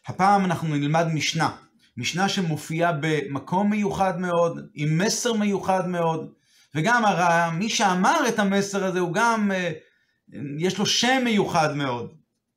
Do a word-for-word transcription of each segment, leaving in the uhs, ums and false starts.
הפעם אנחנו נלמד משנה. משנה שמופיעה במקום מיוחד מאוד, עם מסר מיוחד מאוד, וגם הרע, מי שאמר את המסר הזה הוא גם, יש לו שם מיוחד מאוד.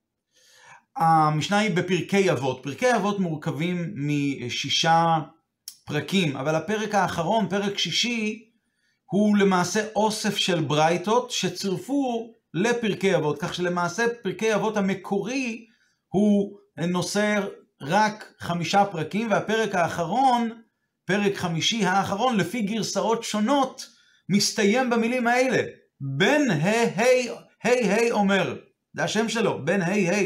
המשנה היא בפרקי אבות. פרקי אבות מורכבים משישה פרקים, אבל הפרק האחרון, פרק שישי, הוא למעשה אוסף של ברייתות שצרפו לפרקי אבות, כך שלמעשה פרקי אבות המקורי הוא נושא רק חמישה פרקים, והפרק האחרון, פרק חמישי האחרון, לפי גרסאות שונות, מסתיים במילים האלה. בן ה' ה' ה' אומר, זה השם שלו, בן ה' ה',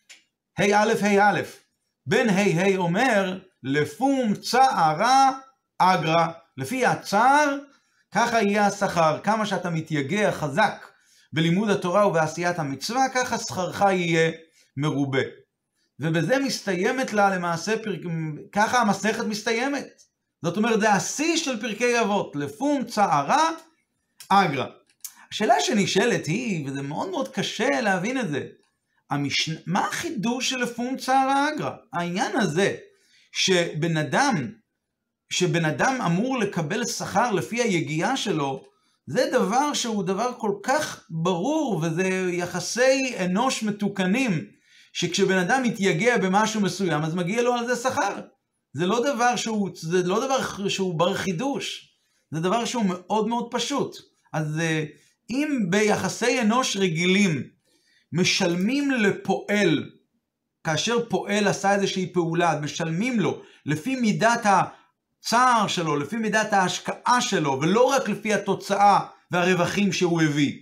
ה' א' ה' א', בן ה' ה' אומר, לפום צערה אגרה, לפי הצער, ככה יהיה השכר, כמה שאתה מתייגע חזק בלימוד התורה ובעשיית המצווה, ככה שכרך יהיה מרובה. ובזה מסתיימת לה למעשה, פרק... ככה המסכת מסתיימת. זאת אומרת, זה השיא של פרקי אבות, לפום צערה אגרה. השאלה שנשאלת היא, וזה מאוד מאוד קשה להבין את זה, המשנה... מה החידוש של לפום צערה אגרה? העניין הזה, שבן אדם, שבן אדם אמור לקבל שכר לפי היגיעה שלו, זה דבר שהוא דבר כל כך ברור, וזה יחסי אנוש מתוקנים, שכשבן אדם מתייגע במשהו מסוים, אז מגיע לו על זה שכר. זה לא דבר שהוא, זה לא דבר שהוא בר חידוש, זה דבר שהוא מאוד מאוד פשוט. אז אם ביחסי אנוש רגילים משלמים לפועל, כאשר פועל עשה איזושהי פעולה, משלמים לו לפי מידת הצער שלו, לפי מידת ההשקעה שלו, ולא רק לפי התוצאה והרווחים שהוא הביא,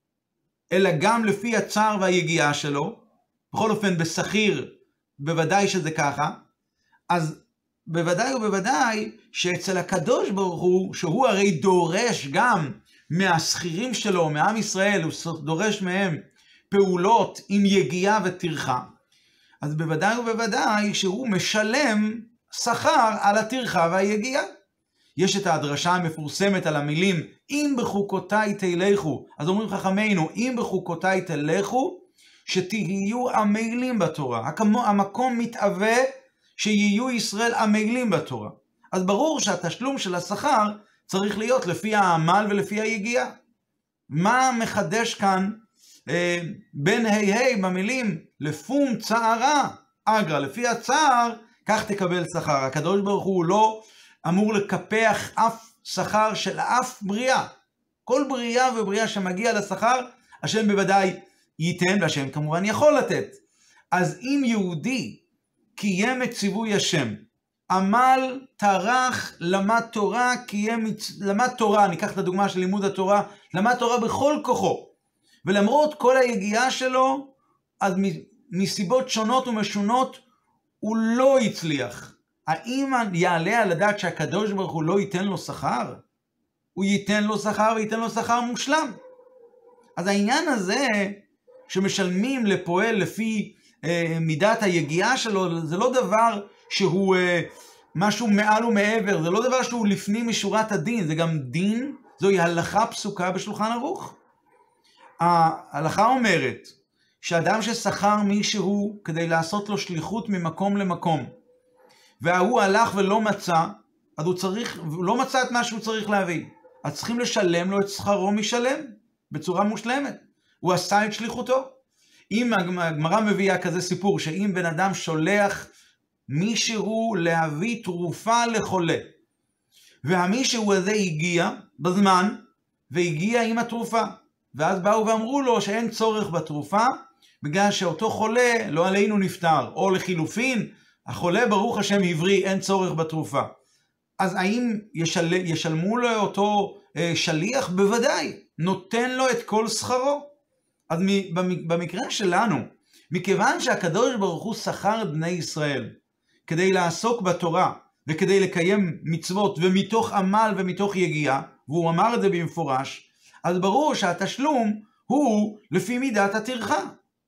אלא גם לפי הצער והיגיעה שלו, בכל אופן בשכיר בוודאי שזה ככה, אז בוודאי ובוודאי שאצל הקדוש ברוך הוא, שהוא הרי דורש גם מהשכירים שלו, מעם ישראל, הוא דורש מהם פעולות עם יגיעה וטרחה, אז בוודאי ובוודאי שהוא משלם שכר על הטרחה והיגיעה. יש את הדרשה המפורסמת על המילים, אם בחוקותיי תלכו, אז אומרים חכמינו, אם בחוקותיי תלכו, שתהיו עמלים בתורה. המקום מתאווה שיהיו ישראל עמלים בתורה. אז ברור שהתשלום של השכר צריך להיות לפי העמל ולפי היגיעה. מה מחדש כאן אה, בין ה' ה' במילים לפום צערה אגרה, לפי הצער כך תקבל שכר. הקדוש ברוך הוא לא אמור לקפח אף שכר של אף בריאה. כל בריאה ובריאה שמגיע לשכר, השם בוודאי ייתן, והשם כמובן יכול לתת. אז אם יהודי קיים את ציווי השם, עמל, טרח, למד תורה, קיים, למד תורה, ניקח את הדוגמה של לימוד התורה, למד תורה בכל כוחו, ולמרות כל היגיעה שלו, אז מסיבות שונות ומשונות, הוא לא הצליח. האם יעלה על הדעת שהקדוש ברוך הוא לא ייתן לו שכר? הוא ייתן לו שכר וייתן לו שכר מושלם. אז העניין הזה שמשלמים לפועל לפי אה, מידת היגיעה שלו, זה לא דבר שהוא אה, משהו מעל ומעבר, זה לא דבר שהוא לפנים משורת הדין, זה גם דין, זוהי הלכה פסוקה בשולחן ערוך. ההלכה אומרת שאדם ששכר מישהו כדי לעשות לו שליחות ממקום למקום, והוא הלך ולא מצא, אז הוא צריך, לא מצא את מה שהוא צריך להביא. אז צריכים לשלם לו את שכרו משלם, בצורה מושלמת. הוא עשה את שליחותו. אם הגמרא מביאה כזה סיפור, שאם בן אדם שולח מישהו להביא תרופה לחולה, והמישהו הזה הגיע בזמן, והגיע עם התרופה, ואז באו ואמרו לו שאין צורך בתרופה, בגלל שאותו חולה לא עלינו נפטר, או לחילופין, החולה ברוך השם עברי, אין צורך בתרופה. אז האם ישל... ישלמו לו אותו אה, שליח? בוודאי, נותן לו את כל שכרו. אז במקרה שלנו, מכיוון שהקדוש ברוך הוא שכר את בני ישראל, כדי לעסוק בתורה, וכדי לקיים מצוות, ומתוך עמל ומתוך יגיעה, והוא אמר את זה במפורש, אז ברור שהתשלום הוא לפי מידת הטרחה.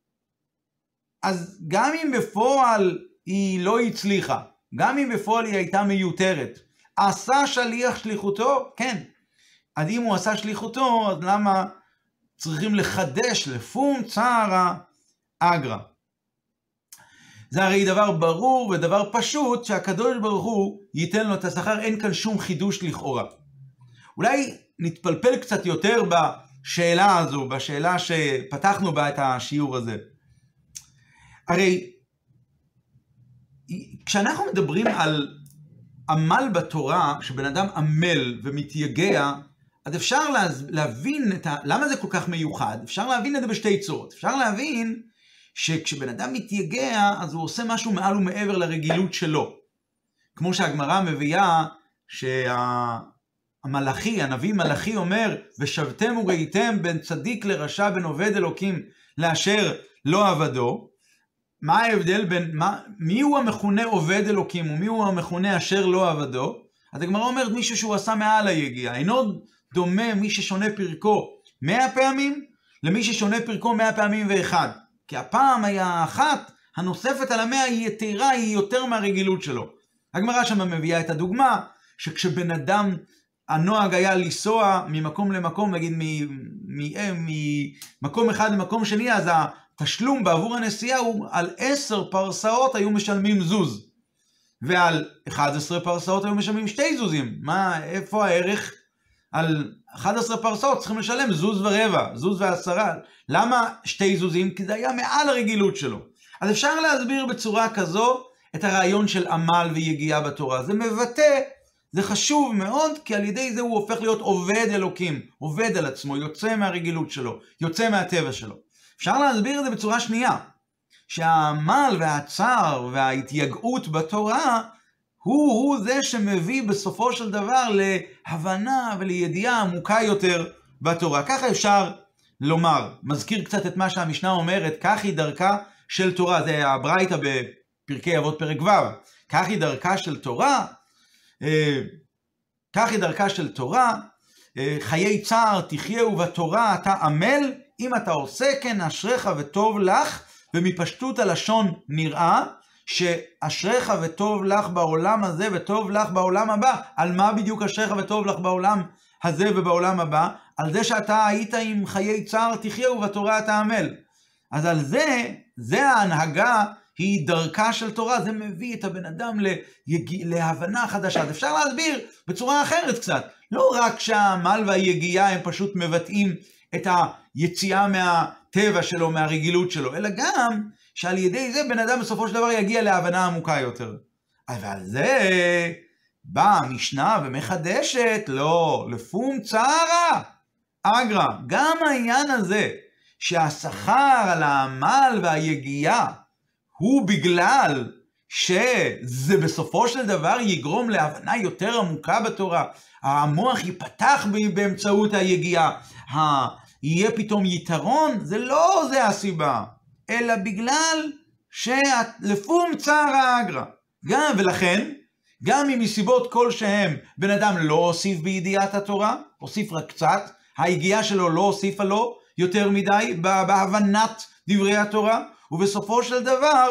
אז גם אם בפועל היא לא הצליחה, גם אם בפועל היא הייתה מיותרת, עשה שליח שליחותו? כן. אז אם הוא עשה שליחותו, אז למה צריכים לחדש לפום צערה אגרה? זה הרי דבר ברור ודבר פשוט שהקדוש ברוך הוא ייתן לו את השכר, אין כאן שום חידוש לכאורה. אולי נתפלפל קצת יותר בשאלה הזו, בשאלה שפתחנו בה את השיעור הזה. הרי כשאנחנו מדברים על עמל בתורה, שבן אדם עמל ומתייגע, אז אפשר להבין את ה... למה זה כל כך מיוחד? אפשר להבין את זה בשתי צורות. אפשר להבין שכשבן אדם מתייגע, אז הוא עושה משהו מעל ומעבר לרגילות שלו. כמו שהגמרא מביאה שהמלאכי, הנביא מלאכי אומר, ושבתם וראיתם בין צדיק לרשע, בין עובד אלוקים לאשר לא עבדו. מה ההבדל בין... מה, מי הוא המכונה עובד אלוקים ומי הוא המכונה אשר לא עבדו? אז הגמרא אומרת מישהו שהוא עשה מעל היגיעה. אינו דומה מי ששונה פרקו מאה פעמים למי ששונה פרקו מאה פעמים ואחד. כי הפעם היה אחת, הנוספת על המאה היא יתרה, היא יותר מהרגילות שלו. הגמרא שם מביאה את הדוגמה, שכשבן אדם, הנוהג היה לנסוע ממקום למקום, נגיד ממקום אחד למקום שני, אז התשלום בעבור הנסיעה הוא על עשר פרסאות היו משלמים זוז. ועל אחת עשרה פרסאות היו משלמים שתי זוזים. מה, איפה הערך? על אחת עשרה פרסאות צריכים לשלם זוז ורבע, זוז ועשרה. למה שתי זוזים? כי זה היה מעל הרגילות שלו. אז אפשר להסביר בצורה כזו את הרעיון של עמל ויגיעה בתורה. זה מבטא, זה חשוב מאוד, כי על ידי זה הוא הופך להיות עובד אלוקים, עובד על עצמו, יוצא מהרגילות שלו, יוצא מהטבע שלו. אפשר להסביר את זה בצורה שנייה, שהעמל והצער וההתייגעות בתורה, הוא הוא זה שמביא בסופו של דבר להבנה ולידיעה עמוקה יותר בתורה. ככה אפשר לומר, מזכיר קצת את מה שהמשנה אומרת, כך היא דרכה של תורה, זה הברייתא בפרקי אבות פרק ו', כך היא דרכה של תורה, כך היא דרכה של תורה, חיי צער תחיה ובתורה אתה עמל, אם אתה עושה כן אשריך וטוב לך, ומפשטות הלשון נראה, שאשריך וטוב לך בעולם הזה וטוב לך בעולם הבא. על מה בדיוק אשריך וטוב לך בעולם הזה ובעולם הבא? על זה שאתה היית עם חיי צער תחיה ובתורה אתה עמל. אז על זה, זה ההנהגה, היא דרכה של תורה, זה מביא את הבן אדם ליג... להבנה חדשה. אז אפשר להסביר בצורה אחרת קצת. לא רק שהעמל והיגיעה הם פשוט מבטאים את היציאה מהטבע שלו, מהרגילות שלו, אלא גם שעל ידי זה בן אדם בסופו של דבר יגיע להבנה עמוקה יותר. אבל זה באה המשנה ומחדשת, לא, לפום צערה, אגרא. גם העניין הזה שהשכר על העמל והיגיעה הוא בגלל שזה בסופו של דבר יגרום להבנה יותר עמוקה בתורה. המוח ייפתח באמצעות היגיעה, יהיה פתאום יתרון, זה לא זה הסיבה. אלא בגלל שלפום צערה אגרא. גם ולכן, גם אם מסיבות כלשהם בן אדם לא הוסיף בידיעת התורה, הוסיף רק קצת, היגיעה שלו לא הוסיפה לו יותר מדי בהבנת דברי התורה, ובסופו של דבר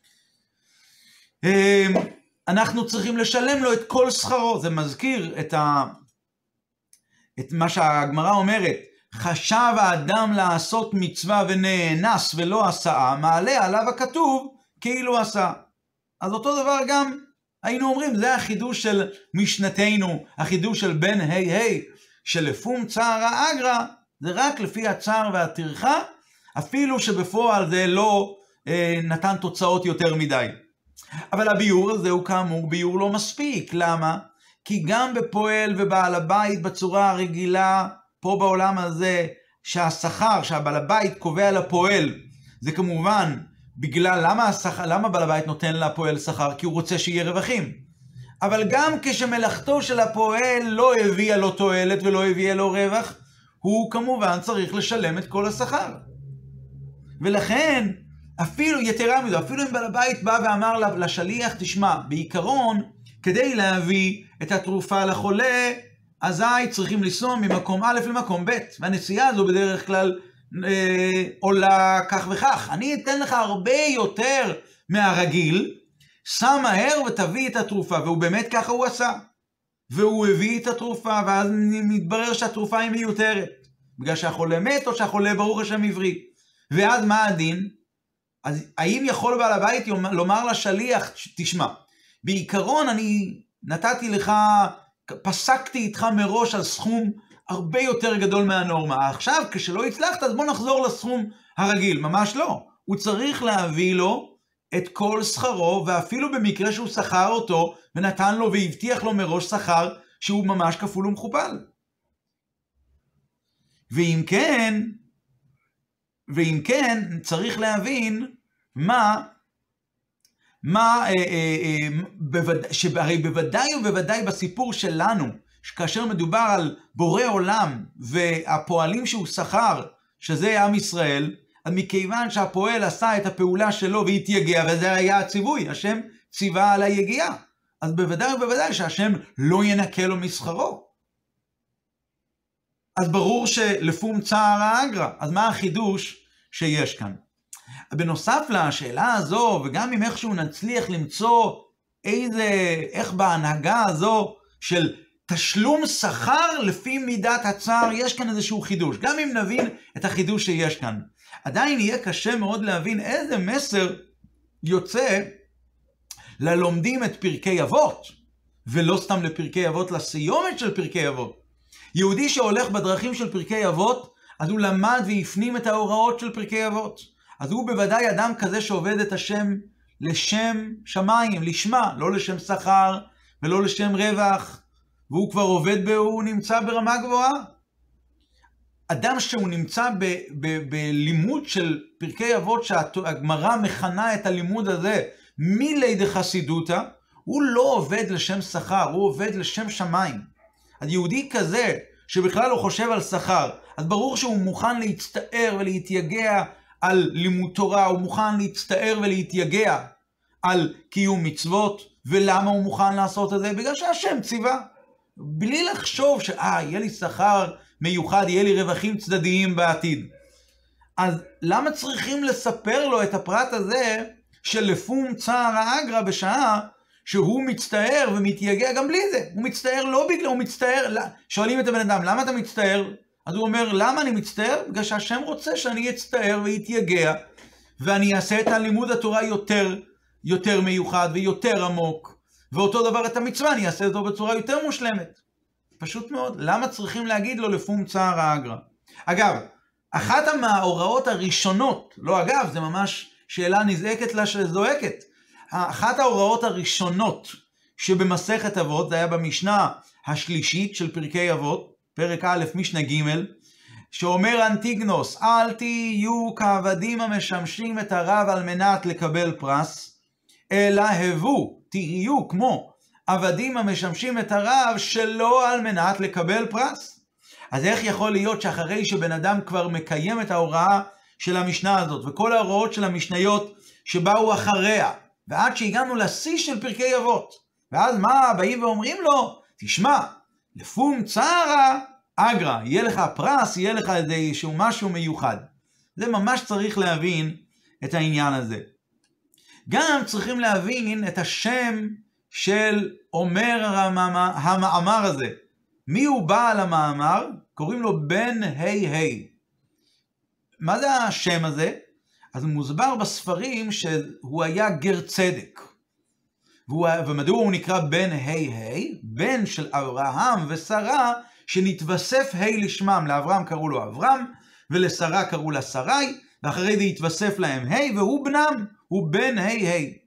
אנחנו צריכים לשלם לו את כל שכרו. זה מזכיר את, ה... את מה שהגמרא אומרת, חשב האדם לעשות מצווה ונאנס ולא עשה, מעלה עליו הכתוב כאילו עשה. אז אותו דבר גם היינו אומרים, זה החידוש של משנתנו, החידוש של בן היי היי, שלפום צערה אגרא, זה רק לפי הצער והטרחה, אפילו שבפועל זה לא אה, נתן תוצאות יותר מדי. אבל הביור הזה הוא כאמור ביור לא מספיק. למה? כי גם בפועל ובעל הבית בצורה הרגילה, פה בעולם הזה, שהשכר, שהבעל הבית קובע לפועל, זה כמובן בגלל, למה, השכר, למה בעל הבית נותן לפועל שכר? כי הוא רוצה שיהיה רווחים. אבל גם כשמלאכתו של הפועל לא הביאה לו תועלת ולא הביאה לו רווח, הוא כמובן צריך לשלם את כל השכר. ולכן, אפילו יתרה מזו, אפילו אם בעל הבית בא ואמר לשליח, תשמע, בעיקרון, כדי להביא את התרופה לחולה, אזי צריכים לנסוע ממקום א' למקום ב', והנסיעה הזו בדרך כלל אה, עולה כך וכך. אני אתן לך הרבה יותר מהרגיל, סע מהר ותביא את התרופה, והוא באמת ככה הוא עשה. והוא הביא את התרופה, ואז מתברר שהתרופה היא מיותרת, בגלל שהחולה מת או שהחולה ברוך השם עברי. ואז מה הדין? אז האם יכול בעל הבית לומר לשליח, תשמע, בעיקרון אני נתתי לך, פסקתי איתך מראש על סכום הרבה יותר גדול מהנורמה. עכשיו, כשלא הצלחת, אז בוא נחזור לסכום הרגיל. ממש לא. הוא צריך להביא לו את כל שכרו, ואפילו במקרה שהוא שכר אותו, ונתן לו והבטיח לו מראש שכר, שהוא ממש כפול ומכופל. ואם כן, ואם כן, צריך להבין מה, מה, אה, אה, אה, בוודא, שהרי בוודאי ובוודאי בסיפור שלנו, כאשר מדובר על בורא עולם והפועלים שהוא שכר, שזה עם ישראל, אז מכיוון שהפועל עשה את הפעולה שלו והתייגע, וזה היה הציווי, השם ציווה על היגיעה, אז בוודאי ובוודאי שהשם לא ינקה לו משכרו. אז ברור שלפום צער האגרא, אז מה החידוש שיש כאן? בנוסף לשאלה הזו, וגם אם איכשהו נצליח למצוא איזה, איך בהנהגה הזו של תשלום שכר לפי מידת הצער, יש כאן איזשהו חידוש. גם אם נבין את החידוש שיש כאן, עדיין יהיה קשה מאוד להבין איזה מסר יוצא ללומדים את פרקי אבות, ולא סתם לפרקי אבות, לסיומת של פרקי אבות. יהודי שהולך בדרכים של פרקי אבות, אז הוא למד והפנים את ההוראות של פרקי אבות. אז הוא בוודאי אדם כזה שעובד את השם לשם שמיים, לשמה, לא לשם שכר ולא לשם רווח, והוא כבר עובד, הוא נמצא ברמה גבוהה. אדם שהוא נמצא ב, ב, בלימוד של פרקי אבות, שהגמרא מכנה את הלימוד הזה מילי דחסידותא, הוא לא עובד לשם שכר, הוא עובד לשם שמיים. אז יהודי כזה שבכלל לא חושב על שכר, אז ברור שהוא מוכן להצטער ולהתייגע על לימוד תורה, הוא מוכן להצטער ולהתייגע על קיום מצוות. ולמה הוא מוכן לעשות את זה? בגלל שהשם ציווה. בלי לחשוב שאה, יהיה לי שכר מיוחד, יהיה לי רווחים צדדיים בעתיד. אז למה צריכים לספר לו את הפרט הזה של לפום צער האגרא בשעה שהוא מצטער ומתייגע גם בלי זה? הוא מצטער לא בגלל, הוא מצטער, לא, שואלים את הבן אדם, למה אתה מצטער? אז הוא אומר, למה אני מצטער? בגלל שהשם רוצה שאני אצטער ויתייגע, ואני אעשה את הלימוד התורה יותר, יותר מיוחד ויותר עמוק, ואותו דבר את המצווה, אני אעשה אותו בצורה יותר מושלמת. פשוט מאוד. למה צריכים להגיד לו לפום צער האגרא? אגב, אחת מההוראות הראשונות, לא אגב, זה ממש שאלה נזעקת לה שזועקת, אחת ההוראות הראשונות שבמסכת אבות, זה היה במשנה השלישית של פרקי אבות, פרק א' משנה ג', שאומר אנטיגנוס, אל תהיו כעבדים המשמשים את הרב על מנת לקבל פרס, אלא הבו, תהיו כמו עבדים המשמשים את הרב שלא על מנת לקבל פרס. אז איך יכול להיות שאחרי שבן אדם כבר מקיים את ההוראה של המשנה הזאת, וכל ההוראות של המשניות שבאו אחריה, ועד שהגענו לשיא של פרקי אבות, ואז מה באים ואומרים לו? תשמע, לפום צער האגרא, יהיה לך פרס, יהיה לך איזשהו משהו מיוחד. זה ממש צריך להבין את העניין הזה. גם צריכים להבין את השם של אומר המאמר הזה. מי הוא בעל המאמר? קוראים לו בן היי היי. מה זה השם הזה? אז מוסבר בספרים שהוא היה גר צדק. והוא, ומדוע הוא נקרא בן היי היי? בן של אברהם ושרה שנתווסף היי לשמם. לאברהם קראו לו אברהם ולשרה קראו לה שרי, ואחרי זה התווסף להם היי, והוא בנם, הוא בן היי היי.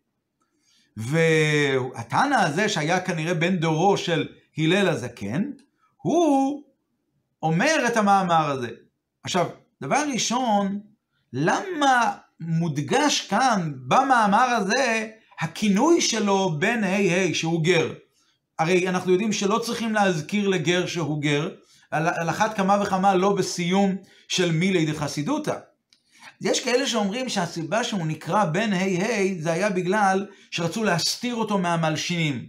והתנא הזה שהיה כנראה בן דורו של הלל הזקן, הוא אומר את המאמר הזה. עכשיו, דבר ראשון, למה מודגש כאן במאמר הזה הכינוי שלו בן היי היי שהוא גר? הרי אנחנו יודעים שלא צריכים להזכיר לגר שהוא גר, על אחת כמה וכמה לא בסיום של מילי דחסידותא. יש כאלה שאומרים שהסיבה שהוא נקרא בן היי היי זה היה בגלל שרצו להסתיר אותו מהמלשינים.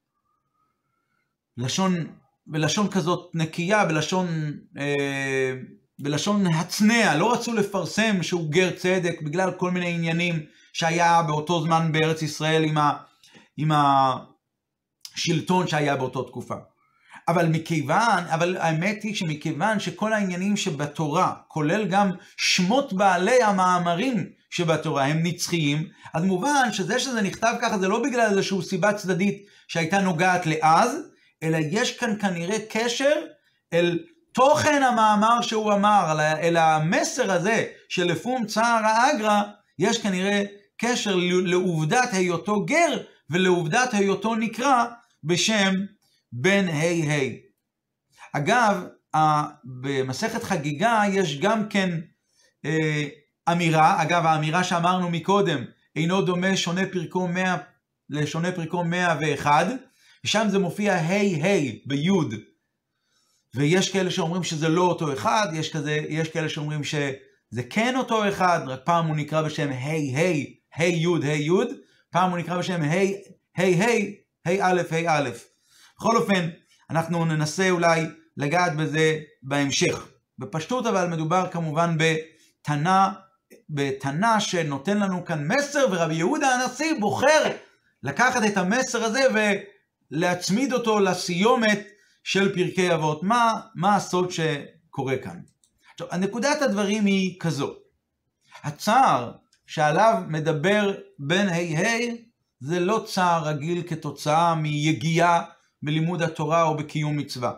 לשון, בלשון כזאת נקייה, בלשון, אה, בלשון הצנע, לא רצו לפרסם שהוא גר צדק בגלל כל מיני עניינים שהיה באותו זמן בארץ ישראל עם, ה, עם השלטון שהיה באותו תקופה. אבל מכיוון, אבל האמת היא שמכיוון שכל העניינים שבתורה, כולל גם שמות בעלי המאמרים שבתורה הם נצחיים, אז מובן שזה שזה נכתב ככה זה לא בגלל איזושהי סיבה צדדית שהייתה נוגעת לאז, אלא יש כאן כנראה קשר אל תוכן המאמר שהוא אמר, אל המסר הזה שלפום צער האגרא, יש כנראה קשר לעובדת היותו גר ולעובדת היותו נקרא בשם בן ה' ה'. אגב, במסכת חגיגה יש גם כן אה, אמירה, אגב האמירה שאמרנו מקודם, אינו דומה שונה פרקו מאה לשונה פרקו מאה ואחת, ושם זה מופיע ה' ה' ביוד, ויש כאלה שאומרים שזה לא אותו אחד, יש, כזה, יש כאלה שאומרים שזה כן אותו אחד, רק פעם הוא נקרא בשם ה' ה' ה' יוד ה' יוד, פעם הוא נקרא בשם ה' ה' ה' ה' א' ה' א'. בכל אופן, אנחנו ננסה אולי לגעת בזה בהמשך. בפשטות אבל מדובר כמובן בתנא, בתנא שנותן לנו כאן מסר, ורבי יהודה הנשיא בוחר לקחת את המסר הזה ולהצמיד אותו לסיומת של פרקי אבות. מה, מה הסוד שקורה כאן? עכשיו, הנקודת הדברים היא כזו. הצער שעליו מדבר בן ה' ה' זה לא צער רגיל כתוצאה מיגיעה בלימוד התורה או בקיום מצווה.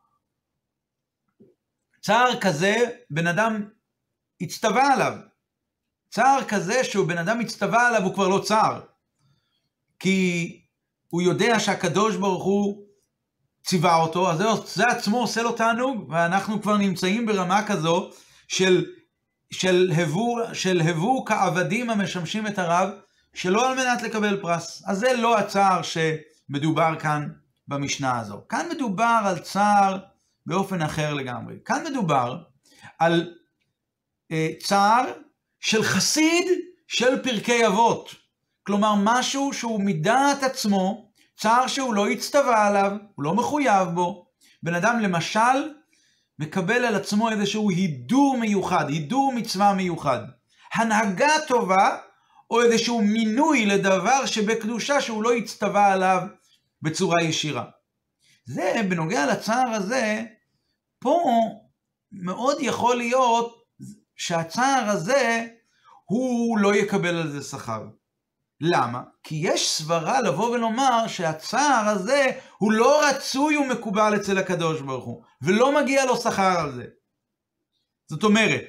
צער כזה בן אדם הצטווה עליו. צער כזה שהוא בן אדם הצטווה עליו הוא כבר לא צער. כי הוא יודע שהקדוש ברוך הוא ציווה אותו, אז זה, זה עצמו עושה לו תענוג, ואנחנו כבר נמצאים ברמה כזו של, של, הבו, של הבו כעבדים המשמשים את הרב, שלא על מנת לקבל פרס. אז זה לא הצער שמדובר כאן במשנה הזו. כאן מדובר על צער באופן אחר לגמרי. כאן מדובר על אה, צער של חסיד של פרקי אבות. כלומר, משהו שהוא מדעת עצמו, צער שהוא לא הצטווה עליו, הוא לא מחויב בו. בן אדם למשל מקבל על עצמו איזשהו הידור מיוחד, הידור מצווה מיוחד. הנהגה טובה, או איזשהו מינוי לדבר שבקדושה שהוא לא הצטווה עליו בצורה ישירה. זה, בנוגע לצער הזה, פה מאוד יכול להיות שהצער הזה, הוא לא יקבל על זה שכר. למה? כי יש סברה לבוא ולומר שהצער הזה הוא לא רצוי ומקובל אצל הקדוש ברוך הוא, ולא מגיע לו שכר על זה. זאת אומרת,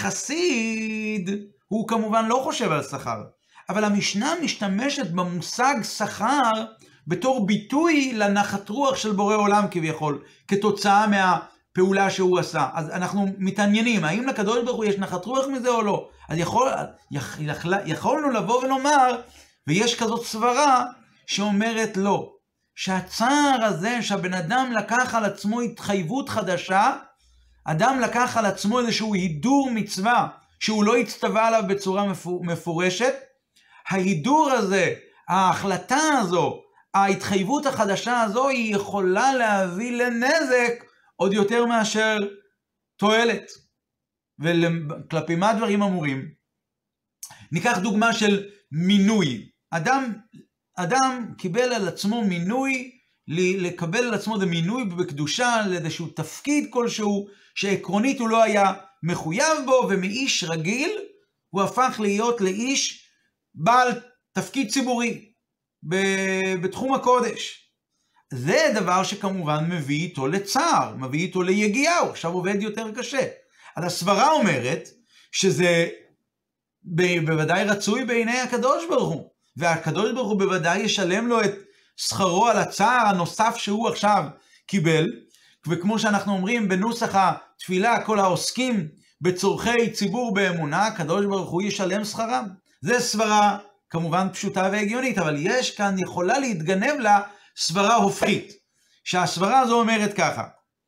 החסיד הוא כמובן לא חושב על שכר, אבל המשנה משתמשת במושג שכר בתור ביטוי לנחת רוח של בורא עולם כביכול, כתוצאה מהפעולה שהוא עשה. אז אנחנו מתעניינים, האם לקדוש ברוך הוא יש נחת רוח מזה או לא? אז יכול, יכול, יכולנו לבוא ולומר, ויש כזאת סברה שאומרת לא, שהצער הזה שהבן אדם לקח על עצמו התחייבות חדשה, אדם לקח על עצמו איזשהו הידור מצווה שהוא לא הצטווה עליו בצורה מפורשת, ההידור הזה, ההחלטה הזו, ההתחייבות החדשה הזו היא יכולה להביא לנזק עוד יותר מאשר תועלת. וכלפי מה דברים אמורים? ניקח דוגמה של מינוי. אדם, אדם קיבל על עצמו מינוי, לקבל על עצמו זה מינוי בקדושה לאיזשהו תפקיד כלשהו, שעקרונית הוא לא היה מחויב בו, ומאיש רגיל הוא הפך להיות לאיש בעל תפקיד ציבורי בתחום הקודש. זה דבר שכמובן מביא איתו לצער, מביא איתו ליגיעה, הוא עכשיו עובד יותר קשה. אז הסברה אומרת שזה בוודאי רצוי בעיני הקדוש ברוך הוא, והקדוש ברוך הוא בוודאי ישלם לו את שכרו על הצער הנוסף שהוא עכשיו קיבל, וכמו שאנחנו אומרים בנוסח התפילה, כל העוסקים בצורכי ציבור באמונה, הקדוש ברוך הוא ישלם שכרם. זה סברה כמובן פשוטה והגיונית, אבל יש כאן יכולה להתגנב לה סברה הופכית, שהסברה הזו אומרת ככה,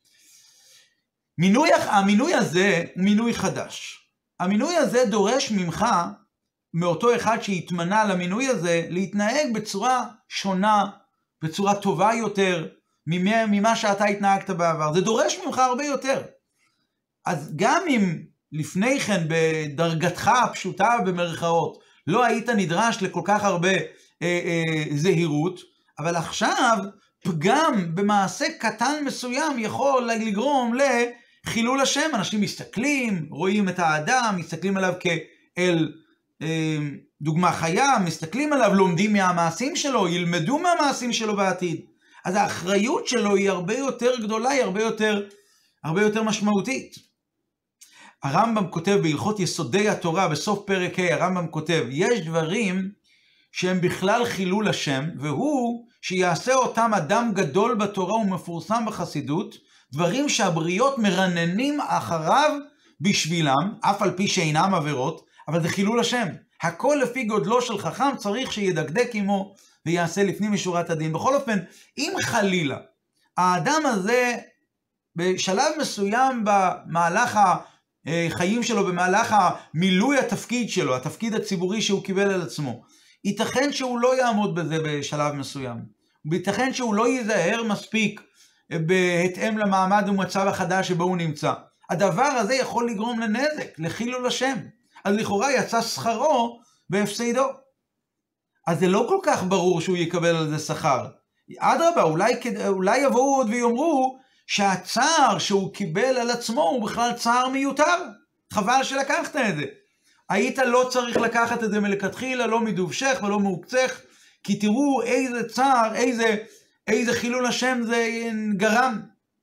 מינוי, המינוי הזה הוא מינוי חדש. המינוי הזה דורש ממך, מאותו אחד שהתמנה למינוי הזה, להתנהג בצורה שונה, בצורה טובה יותר, ממה, ממה שאתה התנהגת בעבר. זה דורש ממך הרבה יותר. אז גם אם לפני כן בדרגתך הפשוטה במרכאות, לא היית נדרש לכל כך הרבה אה, אה, זהירות, אבל עכשיו פגם במעשה קטן מסוים יכול לגרום לחילול השם. אנשים מסתכלים, רואים את האדם, מסתכלים עליו כאל דוגמה חיה, מסתכלים עליו, לומדים מהמעשים שלו, ילמדו מהמעשים שלו בעתיד. אז האחריות שלו היא הרבה יותר גדולה, היא הרבה יותר, הרבה יותר משמעותית. הרמב"ם כותב בהלכות יסודי התורה, בסוף פרק ה', הרמב"ם כותב, יש דברים שהם בכלל חילול השם, והוא שיעשה אותם אדם גדול בתורה ומפורסם בחסידות, דברים שהבריות מרננים אחריו בשבילם, אף על פי שאינם עבירות, אבל זה חילול השם. הכל לפי גודלו של חכם צריך שידקדק עמו ויעשה לפנים משורת הדין. בכל אופן, אם חלילה, האדם הזה בשלב מסוים במהלך החיים שלו, במהלך המילוי התפקיד שלו, התפקיד הציבורי שהוא קיבל על עצמו, ייתכן שהוא לא יעמוד בזה בשלב מסוים. וייתכן שהוא לא ייזהר מספיק בהתאם למעמד ומצב החדש שבו הוא נמצא. הדבר הזה יכול לגרום לנזק, לחילול השם. אז לכאורה יצא שכרו בהפסדו. אז זה לא כל כך ברור שהוא יקבל על זה שכר. אדרבה, אולי, אולי יבואו עוד ויאמרו שהצער שהוא קיבל על עצמו הוא בכלל צער מיותר. חבל שלקחת את זה. היית לא צריך לקחת את זה מלכתחילה, לא מדובשך ולא מעוקצך, כי תראו איזה צער, איזה, איזה חילול השם זה גרם.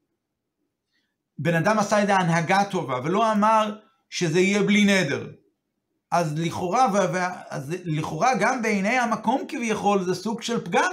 בן אדם עשה את ההנהגה טובה, ולא אמר שזה יהיה בלי נדר. אז לכאורה, ו... אז לכאורה גם בעיני המקום כביכול זה סוג של פגם.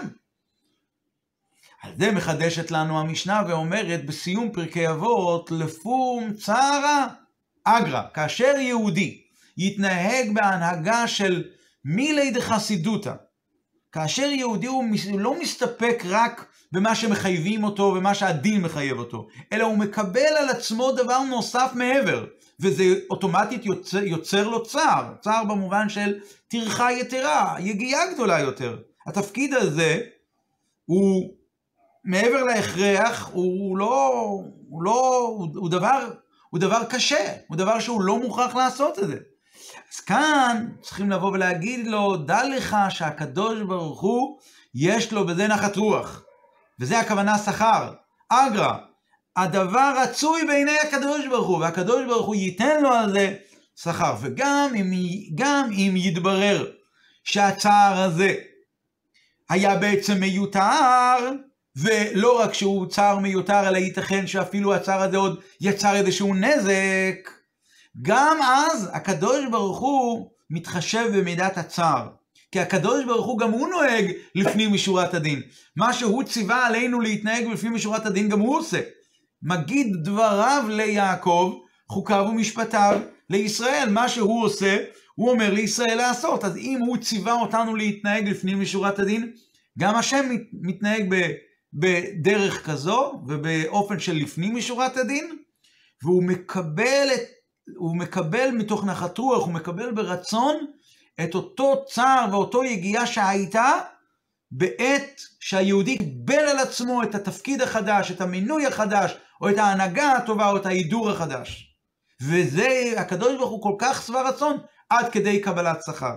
על זה מחדשת לנו המשנה ואומרת בסיום פרקי אבות, לפום צערה אגרא, כאשר יהודי יתנהג בהנהגה של מילי דחסידותא, כאשר יהודי הוא לא מסתפק רק במה שמחייבים אותו ומה שהדין מחייב אותו, אלא הוא מקבל על עצמו דבר נוסף מעבר, וזה אוטומטית יוצר, יוצר לו צער, צער במובן של טרחה יתרה, יגיעה גדולה יותר. התפקיד הזה הוא מעבר להכרח, הוא לא, הוא לא, הוא, הוא דבר, הוא דבר קשה, הוא דבר שהוא לא מוכרח לעשות את זה. אז כאן צריכים לבוא ולהגיד לו, דע לך שהקדוש ברוך הוא יש לו בזה נחת רוח, וזה הכוונה שכר, אגרא, הדבר רצוי בעיני הקדוש ברוך הוא, והקדוש ברוך הוא ייתן לו על זה שכר. וגם אם, גם אם יתברר שהצער הזה היה בעצם מיותר, ולא רק שהוא צער מיותר, אלא ייתכן שאפילו הצער הזה עוד יצר איזשהו נזק, גם אז הקדוש ברוך הוא מתחשב במידת הצער. כי הקדוש ברוך הוא גם הוא נוהג לפנים משורת הדין. מה שהוא ציווה עלינו להתנהג לפנים משורת הדין גם הוא עושה. מגיד דבריו ליעקב, חוקיו ומשפטיו לישראל. מה שהוא עושה, הוא אומר לישראל לעשות. אז אם הוא ציווה אותנו להתנהג לפנים משורת הדין, גם השם מתנהג בדרך כזו, ובאופן של לפנים משורת הדין, והוא מקבל, את, הוא מקבל מתוך נחת רוח, הוא מקבל ברצון את אותו צער ואותו יגיעה שהייתה, בעת שהיהודי קיבל על עצמו את התפקיד החדש, את המינוי החדש, או את ההנהגה הטובה, או את ההידור החדש. וזה, הקדוש ברוך הוא כל כך שבע רצון, עד כדי קבלת שכר.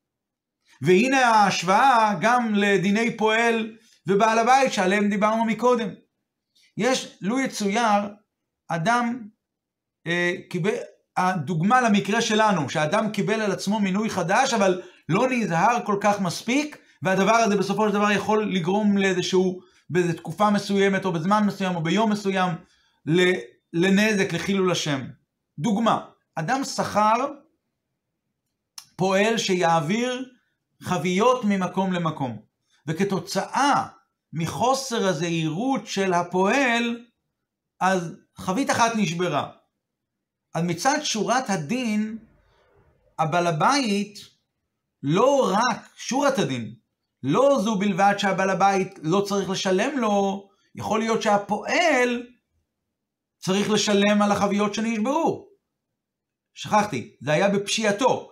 והנה ההשוואה גם לדיני פועל ובעל הבית, שעליהם דיברנו מקודם. יש, לו יצויר, אדם, אה, קיבל, הדוגמה למקרה שלנו, שאדם קיבל על עצמו מינוי חדש, אבל לא נזהר כל כך מספיק, והדבר הזה בסופו של דבר יכול לגרום לאיזשהו, באיזו תקופה מסוימת, או בזמן מסוים, או ביום מסוים, לנזק, לחילול השם. דוגמה, אדם שכר פועל שיעביר חביות ממקום למקום, וכתוצאה מחוסר הזהירות של הפועל, אז חבית אחת נשברה. אז מצד שורת הדין, הבעל הבית, לא רק שורת הדין, לא זו בלבד שהבעל הבית לא צריך לשלם לו, יכול להיות שהפועל צריך לשלם על החביות שנשברו. שכחתי, זה היה בפשיעתו.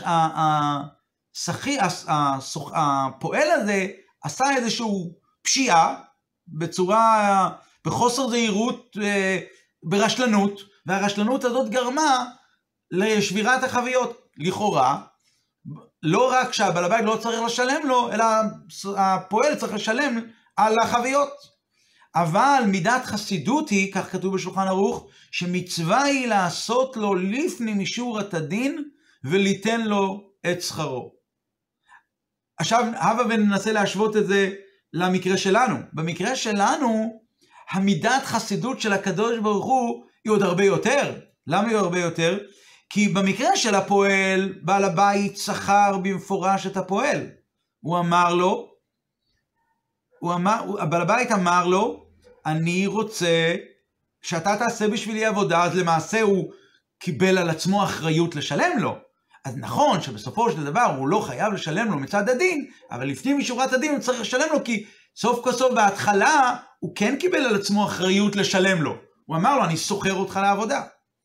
הפועל הזה עשה איזשהו פשיעה, בצורה, בחוסר זהירות, ברשלנות, והרשלנות הזאת גרמה לשבירת החביות. לכאורה, לא רק שהבעל הבית לא צריך לשלם לו, אלא הפועל צריך לשלם על החביות. אבל מידת חסידות היא, כך כתוב בשולחן ערוך, שמצווה היא לעשות לו לפנים משורת הדין, וליתן לו את שכרו. עכשיו, הבה וננסה להשוות את זה למקרה שלנו. במקרה שלנו, המידת חסידות של הקדוש ברוך הוא היא עוד הרבה יותר. למה היא הרבה יותר? כי במקרה של הפועל, בעל הבית שכר במפורש את הפועל. הוא אמר לו, הוא אמר, בעל הבית אמר לו, אני רוצה שאתה תעשה בשבילי עבודה, אז למעשה הוא קיבל על עצמו אחריות לשלם לו. אז נכון שבסופו של דבר הוא לא חייב לשלם לו מצד הדין, אבל לפנים משורת הדין הוא צריך לשלם לו, כי סוף כל סוף בהתחלה הוא כן קיבל על עצמו אחריות לשלם לו. הוא אמר לו, אני סוחר אותך לעבודה.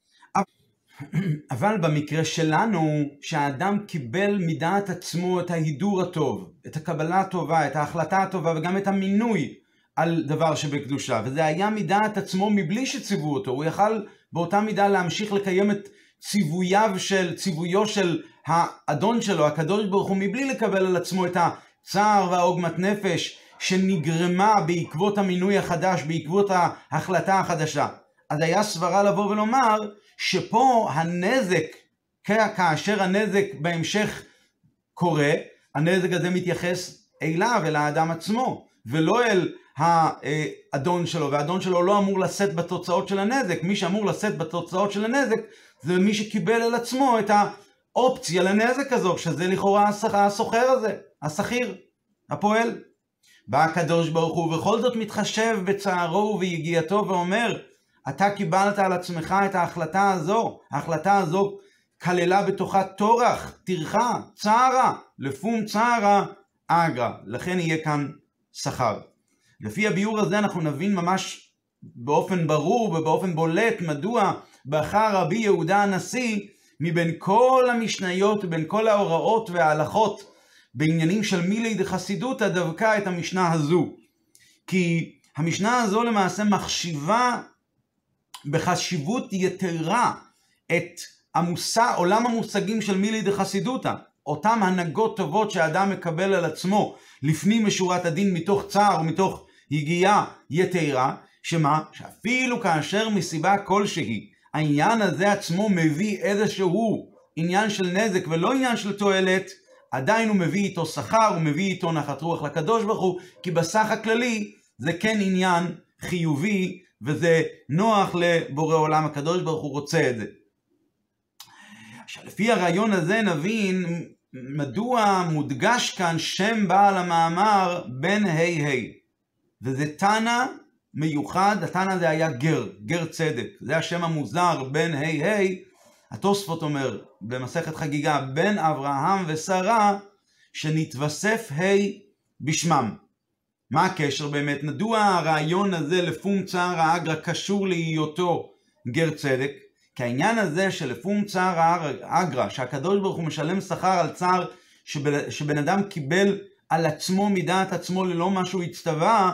אבל במקרה שלנו, שהאדם קיבל מדעת עצמו את ההידור הטוב, את הקבלה הטובה, את ההחלטה הטובה, וגם את המינוי על דבר שבקדושה, וזה היה מדעת עצמו מבלי שציוו אותו, הוא יכל באותה מידה להמשיך לקיים את ציוויו של, ציוויו של האדון שלו, הקדוש ברוך הוא, מבלי לקבל על עצמו את הצער והעוגמת נפש שנגרמה בעקבות המינוי החדש, בעקבות ההחלטה החדשה. אז היה סברה לבוא ולומר שפה הנזק, כאשר הנזק בהמשך קורה, הנזק הזה מתייחס אליו, אל האדם עצמו, ולא אל האדון שלו, והאדון שלו לא אמור לשאת בתוצאות של הנזק. מי שאמור לשאת בתוצאות של הנזק זה מי שקיבל על עצמו את האופציה לנזק הזו, שזה לכאורה הסוחר הזה, השכיר, הפועל. בא הקדוש ברוך הוא ובכל זאת מתחשב בצערו וביגיעתו ואומר, אתה קיבלת על עצמך את ההחלטה הזו, ההחלטה הזו כללה בתוכה טורח, טרחה, צערה, לפום צערה, אגרה, לכן יהיה כאן שכר. לפי הביור הזה אנחנו נבין ממש באופן ברור ובאופן בולט מדוע בחר רבי יהודה הנשיא מבין כל המשניות ובין כל ההוראות וההלכות בעניינים של מילי דחסידותא דווקא את המשנה הזו. כי המשנה הזו למעשה מחשיבה בחשיבות יתרה את המושא, עולם המושגים של מילי דחסידותא, אותם הנהגות טובות שהאדם מקבל על עצמו לפנים משורת הדין מתוך צער ומתוך הגיעה יתרה, שמה? שאפילו כאשר מסיבה כלשהי העניין הזה עצמו מביא איזשהו עניין של נזק ולא עניין של תועלת, עדיין הוא מביא איתו שכר, הוא מביא איתו נחת רוח לקדוש ברוך הוא, כי בסך הכללי זה כן עניין חיובי וזה נוח לבורא עולם, הקדוש ברוך הוא רוצה את זה. עכשיו לפי הרעיון הזה נבין מדוע מודגש כאן שם בעל המאמר בן ה' ה', וזה תנא מיוחד. התנא זה היה גר, גר צדק, זה השם המוזר בן ה' ה'. התוספות אומר במסכת חגיגה בן אברהם ושרה שנתווסף ה' בשמם. מה הקשר באמת? מדוע הרעיון הזה לפום צער האגרא קשור להיותו גר צדק? כי העניין הזה שלפום צער האגרא, שהקדוש ברוך הוא משלם שכר על צער שבן, שבן אדם קיבל על עצמו מדעת עצמו ללא משהו הצטווה,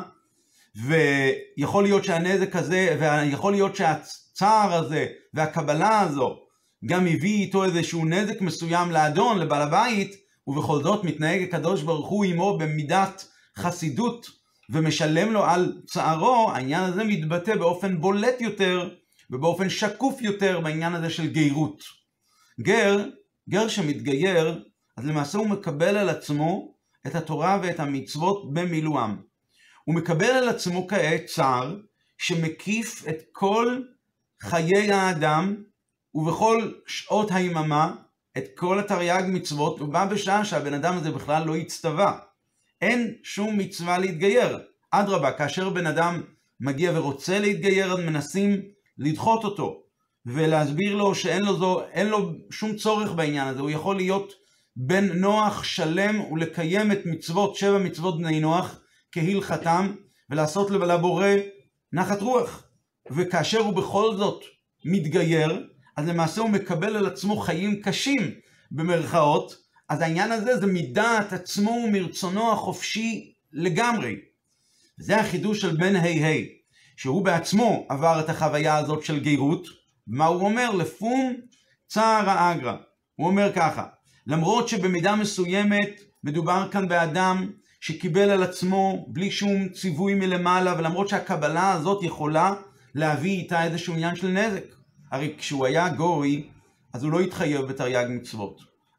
ויכול להיות שהנזק הזה, ויכול להיות שהצער הזה והקבלה הזו גם הביא איתו איזשהו נזק מסוים לאדון, לבעל הבית, ובכל זאת מתנהג הקדוש ברוך הוא עמו במידת חסידות ומשלם לו על צערו. העניין הזה מתבטא באופן בולט יותר ובאופן שקוף יותר בעניין הזה של גיירות. גר, גר שמתגייר, אז למעשה הוא מקבל על עצמו את התורה ואת המצוות במילואם. הוא מקבל על עצמו כעת צער שמקיף את כל חיי האדם ובכל שעות היממה את כל התרי"ג מצוות, ובא בשעה שהבן אדם הזה בכלל לא הצטווה. אין שום מצווה להתגייר. אדרבה, כאשר בן אדם מגיע ורוצה להתגייר, אז מנסים לדחות אותו ולהסביר לו שאין לו, זו, אין לו שום צורך בעניין הזה. הוא יכול להיות בן נוח שלם ולקיים את מצוות, שבע מצוות בני נוח כהלכתם, ולעשות לבורא נחת רוח. וכאשר הוא בכל זאת מתגייר, אז למעשה הוא מקבל על עצמו חיים קשים במרכאות. אז העניין הזה זה מדעת עצמו ומרצונו החופשי לגמרי. זה החידוש של בן ה' ה', שהוא בעצמו עבר את החוויה הזאת של גיירות. מה הוא אומר? לפום צער האגרא. הוא אומר ככה, למרות שבמידה מסוימת מדובר כאן באדם שקיבל על עצמו בלי שום ציווי מלמעלה, ולמרות שהקבלה הזאת יכולה להביא איתה איזשהו עניין של נזק. הרי כשהוא היה גוי, אז הוא לא התחייב בתרי"ג מצוות.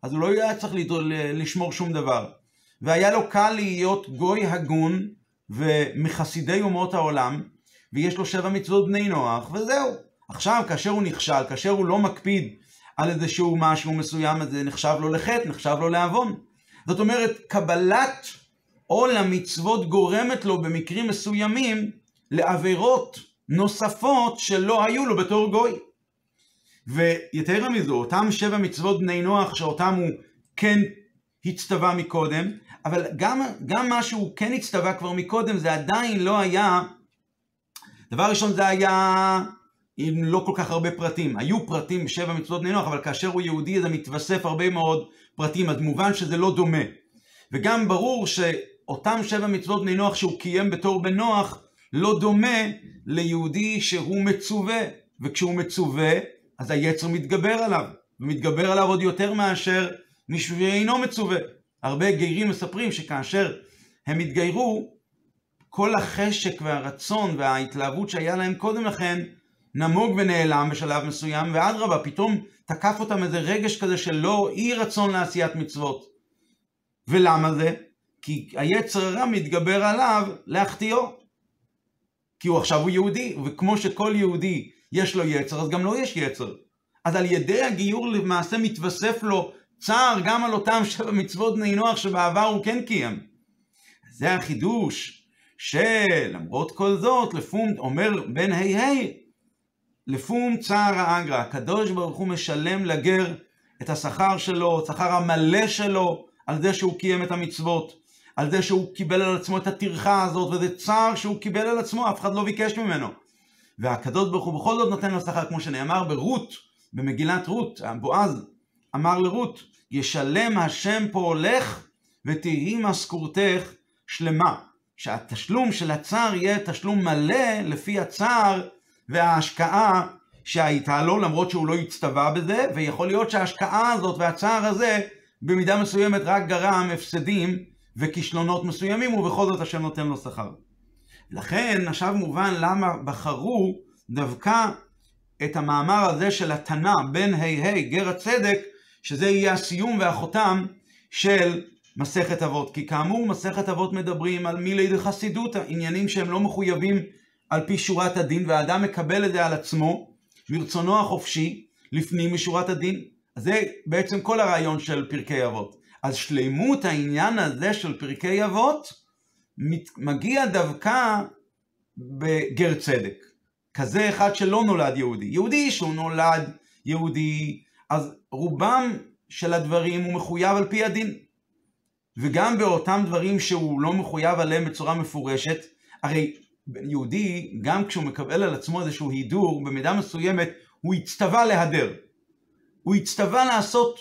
אז הוא לא היה צריך לשמור שום דבר. והיה לו קל להיות גוי הגון ומחסידי אומות העולם, ויש לו שבע מצוות בני נוח, וזהו. עכשיו, כאשר הוא נכשל, כאשר הוא לא מקפיד על איזשהו משהו מסוים, אז זה נחשב לו לחטא, נחשב לו לעוון. זאת אומרת, קבלת עול המצוות גורמת לו במקרים מסוימים לעבירות נוספות שלא היו לו בתור גוי. ויתרה מזו, אותם שבע מצוות בני נוח שאותם הוא כן הצטווה מקודם, אבל גם, גם מה שהוא כן הצטווה כבר מקודם, זה עדיין לא היה, דבר ראשון זה היה עם לא כל כך הרבה פרטים. היו פרטים בשבע מצוות בני נוח, אבל כאשר הוא יהודי זה מתווסף הרבה מאוד פרטים, אז מובן שזה לא דומה. וגם ברור שאותם שבע מצוות בני נוח שהוא קיים בתור בן נוח, לא דומה ליהודי שהוא מצווה, וכשהוא מצווה, אז היצר מתגבר עליו, ומתגבר עליו עוד יותר מאשר מישהו שאינו מצווה. הרבה גיירים מספרים שכאשר הם התגיירו, כל החשק והרצון וההתלהבות שהיה להם קודם לכן, נמוג ונעלם בשלב מסוים, ואדרבה, פתאום תקף אותם איזה רגש כזה שלא אי רצון לעשיית מצוות. ולמה זה? כי היצר הרע מתגבר עליו להחטיאו. כי הוא עכשיו הוא יהודי, וכמו שכל יהודי יש לו יצר, אז גם לא יש יצר. אז על ידי הגיור למעשה מתווסף לו צער גם על אותם שבע מצוות בני נוח שבעבר הוא כן קיים. זה החידוש שלמרות כל זאת, לפום, אומר בן היי היי, לפום צער האגרא, הקדוש ברוך הוא משלם לגר את השכר שלו, השכר המלא שלו, על זה שהוא קיים את המצוות, על זה שהוא קיבל על עצמו את הטרחה הזאת, וזה צער שהוא קיבל על עצמו, אף אחד לא ביקש ממנו. והקדוש ברוך הוא בכל זאת נותן לו שכר, כמו שנאמר ברות, במגילת רות, בועז אמר לרות, ישלם השם פה הולך ותהי משכורתך שלמה. שהתשלום של הצער יהיה תשלום מלא לפי הצער וההשקעה שהייתה לו, למרות שהוא לא הצטווה בזה, ויכול להיות שההשקעה הזאת והצער הזה במידה מסוימת רק גרם הפסדים וכישלונות מסוימים, ובכל זאת השם נותן לו שכר. לכן עכשיו מובן למה בחרו דווקא את המאמר הזה של התנא בן היי היי גר הצדק, שזה יהיה הסיום והחותם של מסכת אבות. כי כאמור מסכת אבות מדברים על מילי דחסידותא, עניינים שהם לא מחויבים על פי שורת הדין, והאדם מקבל את זה על עצמו מרצונו החופשי לפנים משורת הדין. אז זה בעצם כל הרעיון של פרקי אבות. אז שלימות העניין הזה של פרקי אבות מגיע דווקא בגר צדק. כזה אחד שלא נולד יהודי. יהודי שהוא נולד יהודי, אז רובם של הדברים הוא מחויב על פי הדין. וגם באותם דברים שהוא לא מחויב עליהם בצורה מפורשת, הרי יהודי, גם כשהוא מקבל על עצמו איזשהו הידור, במידה מסוימת הוא הצטווה להדר. הוא הצטווה לעשות,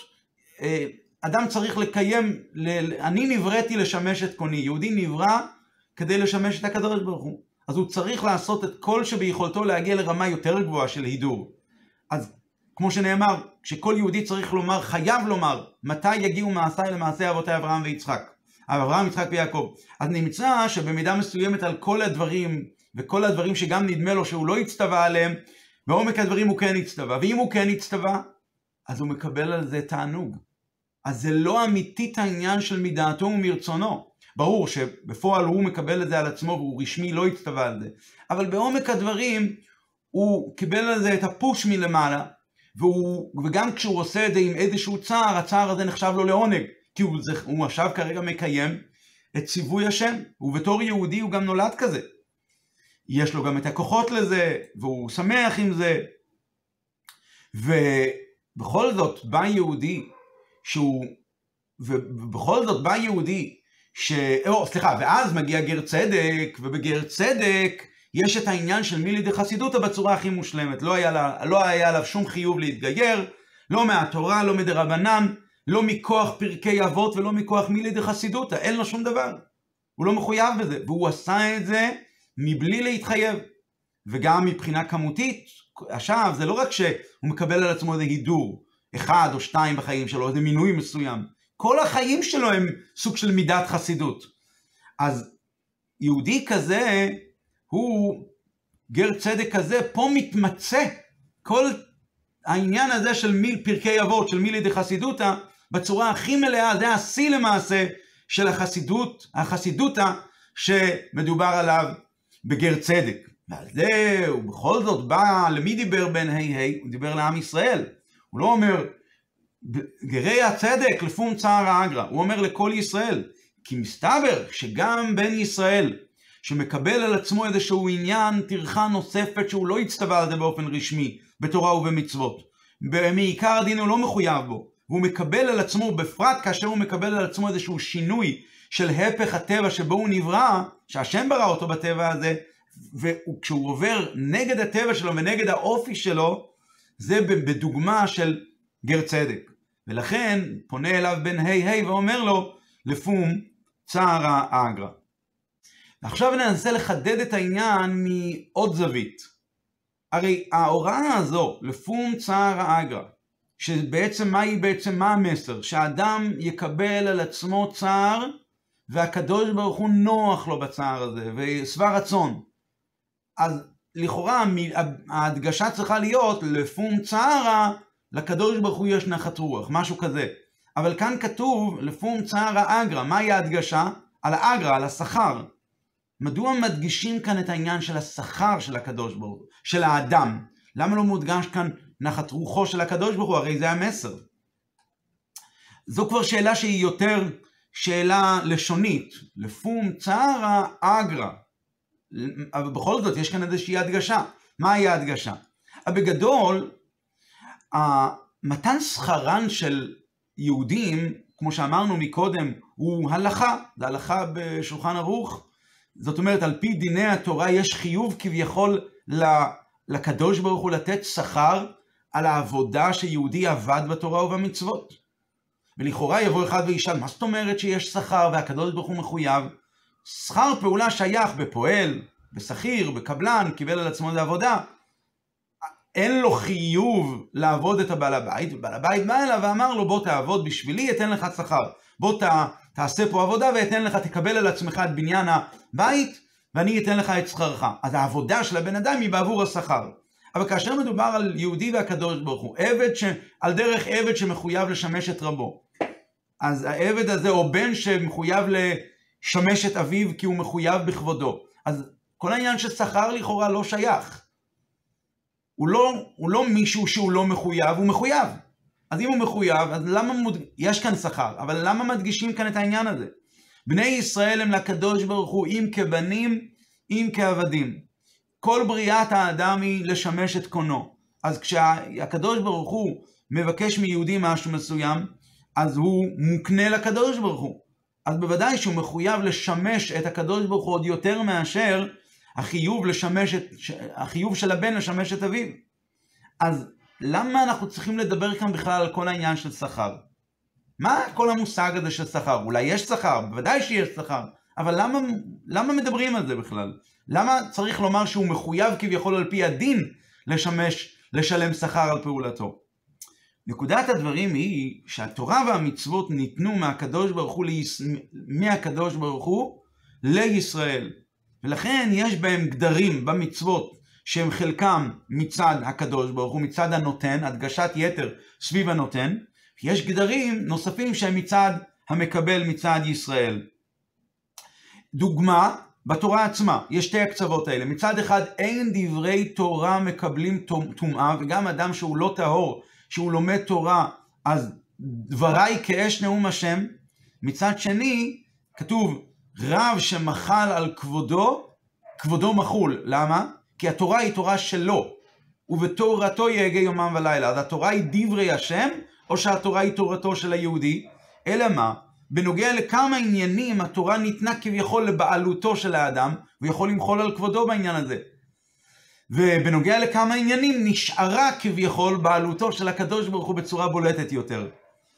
אדם צריך לקיים, אני נבראתי לשמש את קוני, יהודי נברא כדי לשמש את הקדוש ברוך הוא. אז הוא צריך לעשות את כל שביכולתו להגיע לרמה יותר גבוהה של הידור. אז כמו שנאמר, שכל יהודי צריך לומר, חייב לומר, מתי יגיעו מעשיי למעשי אבותי אברהם ויצחק. אברהם, יצחק ויעקב. אז נמצא שבמידה מסוימת על כל הדברים, וכל הדברים שגם נדמה לו שהוא לא הצטווה עליהם, בעומק הדברים הוא כן הצטווה. ואם הוא כן הצטווה, אז הוא מקבל על זה תענוג. אז זה לא אמיתית העניין של מדעתו ומרצונו. ברור שבפועל הוא מקבל את זה על עצמו, והוא רשמי לא הצטווה על זה. אבל בעומק הדברים, הוא קיבל על זה את הפוש מלמעלה, והוא, וגם כשהוא עושה את זה עם איזשהו צער, הצער הזה נחשב לו לעונג, כי הוא, הוא עכשיו כרגע מקיים את ציווי השם, ובתור יהודי הוא גם נולד כזה. יש לו גם את הכוחות לזה, והוא שמח עם זה. ובכל זאת בא יהודי, שהוא, ובכל זאת בא יהודי, ש... או, סליחה, ואז מגיע גר צדק, ובגר צדק יש את העניין של מילי דחסידותא בצורה הכי מושלמת. לא היה, לה, לא היה עליו שום חיוב להתגייר, לא מהתורה, לא מדרבנן, לא מכוח פרקי אבות ולא מכוח מילי דחסידותא, אין לו שום דבר. הוא לא מחויב בזה, והוא עשה את זה מבלי להתחייב. וגם מבחינה כמותית, עכשיו זה לא רק שהוא מקבל על עצמו איזה הידור, אחד או שתיים בחיים שלו, איזה מינוי מסוים. כל החיים שלו הם סוג של מידת חסידות. אז יהודי כזה, הוא גר צדק כזה, פה מתמצא כל העניין הזה של מיל, פרקי אבות, של מילי דחסידותא, בצורה הכי מלאה, זה השיא למעשה של החסידות, החסידותא שמדובר עליו בגר צדק. ועל זה הוא בכל זאת בא, למי דיבר בן ה' ה'? הוא דיבר לעם ישראל. הוא לא אומר, גרי הצדק לפום צער האגרא, הוא אומר לכל ישראל. כי מסתבר שגם בן ישראל, שמקבל על עצמו איזשהו עניין, טרחה נוספת שהוא לא הצטווה על זה באופן רשמי, בתורה ובמצוות. מעיקר הדין הוא לא מחויב בו. והוא מקבל על עצמו, בפרט כאשר הוא מקבל על עצמו איזשהו שינוי של הפך הטבע שבו הוא נברא, שהשם ברא אותו בטבע הזה, וכשהוא עובר נגד הטבע שלו ונגד האופי שלו, זה בדוגמה של גר צדק. ולכן פונה אליו בן ה' ה' ואומר לו, לפום צער האגרא. עכשיו ננסה לחדד את העניין מעוד זווית. הרי ההוראה הזו, לפום צער האגרא, שבעצם מה היא בעצם, מה המסר? שהאדם יקבל על עצמו צער, והקדוש ברוך הוא נוח לו בצער הזה, ושבע רצון. אז לכאורה ההדגשה צריכה להיות, לפום צערה, לקדוש ברוך הוא יש נחת רוח, משהו כזה. אבל כאן כתוב, לפום צער האגרא, מהי ההדגשה? על האגרא, על השכר. מדוע מדגישים כאן את העניין של השכר של הקדוש ברוך הוא, של האדם? למה לא מודגש כאן נחת רוחו של הקדוש ברוך הוא? הרי זה המסר. זו כבר שאלה שהיא יותר שאלה לשונית. לפום צער האגרא. אבל בכל זאת יש כאן איזושהי הדגשה. מהי ההדגשה? בגדול, מתן שכרן של יהודים, כמו שאמרנו מקודם, הוא הלכה. זה הלכה בשולחן ערוך. זאת אומרת, על פי דיני התורה יש חיוב כביכול לקדוש ברוך הוא לתת שכר על העבודה שיהודי עבד בתורה ובמצוות. ולכאורה יבוא אחד וישאל, מה זאת אומרת שיש שכר והקדוש ברוך הוא מחויב? שכר פעולה שייך בפועל, בשכיר, בקבלן, קיבל על עצמו את העבודה. אין לו חיוב לעבוד את הבעל הבית, ובעל הבית בא אליו ואמר לו, בוא תעבוד בשבילי, אתן לך שכר. בוא ת, תעשה פה עבודה ואתן לך, תקבל על עצמך את בניין הבית, ואני אתן לך את שכרך. אז העבודה של הבן אדם היא בעבור השכר. אבל כאשר מדובר על יהודי והקדוש ברוך הוא, עבד ש... על דרך עבד שמחויב לשמש את רבו. אז העבד הזה, או בן שמחויב לשמש את אביו כי הוא מחויב בכבודו. אז כל העניין של שכר לכאורה לא שייך. הוא לא, הוא לא מישהו שהוא לא מחויב, הוא מחויב. אז אם הוא מחויב, אז למה מוד... יש כאן שכר, אבל למה מדגישים כאן את העניין הזה? בני ישראל הם לקדוש ברוך הוא, אם כבנים, אם כעבדים. כל בריאת האדם היא לשמש את קונו. אז כשהקדוש ברוך הוא מבקש מיהודי משהו מסוים, אז הוא מוקנה לקדוש ברוך הוא. אז בוודאי שהוא מחויב לשמש את הקדוש ברוך הוא עוד יותר מאשר החיוב, לשמש את, החיוב של הבן לשמש את אביו. אז למה אנחנו צריכים לדבר כאן בכלל על כל העניין של שכר? מה כל המושג הזה של שכר? אולי יש שכר, בוודאי שיש שכר, אבל למה, למה מדברים על זה בכלל? למה צריך לומר שהוא מחויב כביכול על פי הדין לשמש, לשלם שכר על פעולתו? נקודת הדברים היא שהתורה והמצוות ניתנו מהקדוש ברוך הוא, ליש... מהקדוש ברוך הוא לישראל. ולכן יש בהם גדרים במצוות שהם חלקם מצד הקדוש ברוך הוא, מצד הנותן, הדגשת יתר סביב הנותן. יש גדרים נוספים שהם מצד המקבל, מצד ישראל. דוגמה, בתורה עצמה, יש שתי הקצוות האלה. מצד אחד, אין דברי תורה מקבלים טומאה, וגם אדם שהוא לא טהור, שהוא לומד תורה, אז דבריי כאש נאום השם. מצד שני, כתוב, רב שמחל על כבודו, כבודו מחול. למה? כי התורה היא תורה שלו, ובתורתו יהגה יומם ולילה. אז התורה היא דברי השם, או שהתורה היא תורתו של היהודי? אלא מה? בנוגע לכמה עניינים התורה ניתנה כביכול לבעלותו של האדם, הוא יכול למחול על כבודו בעניין הזה. ובנוגע לכמה עניינים נשארה כביכול בעלותו של הקדוש ברוך הוא בצורה בולטת יותר.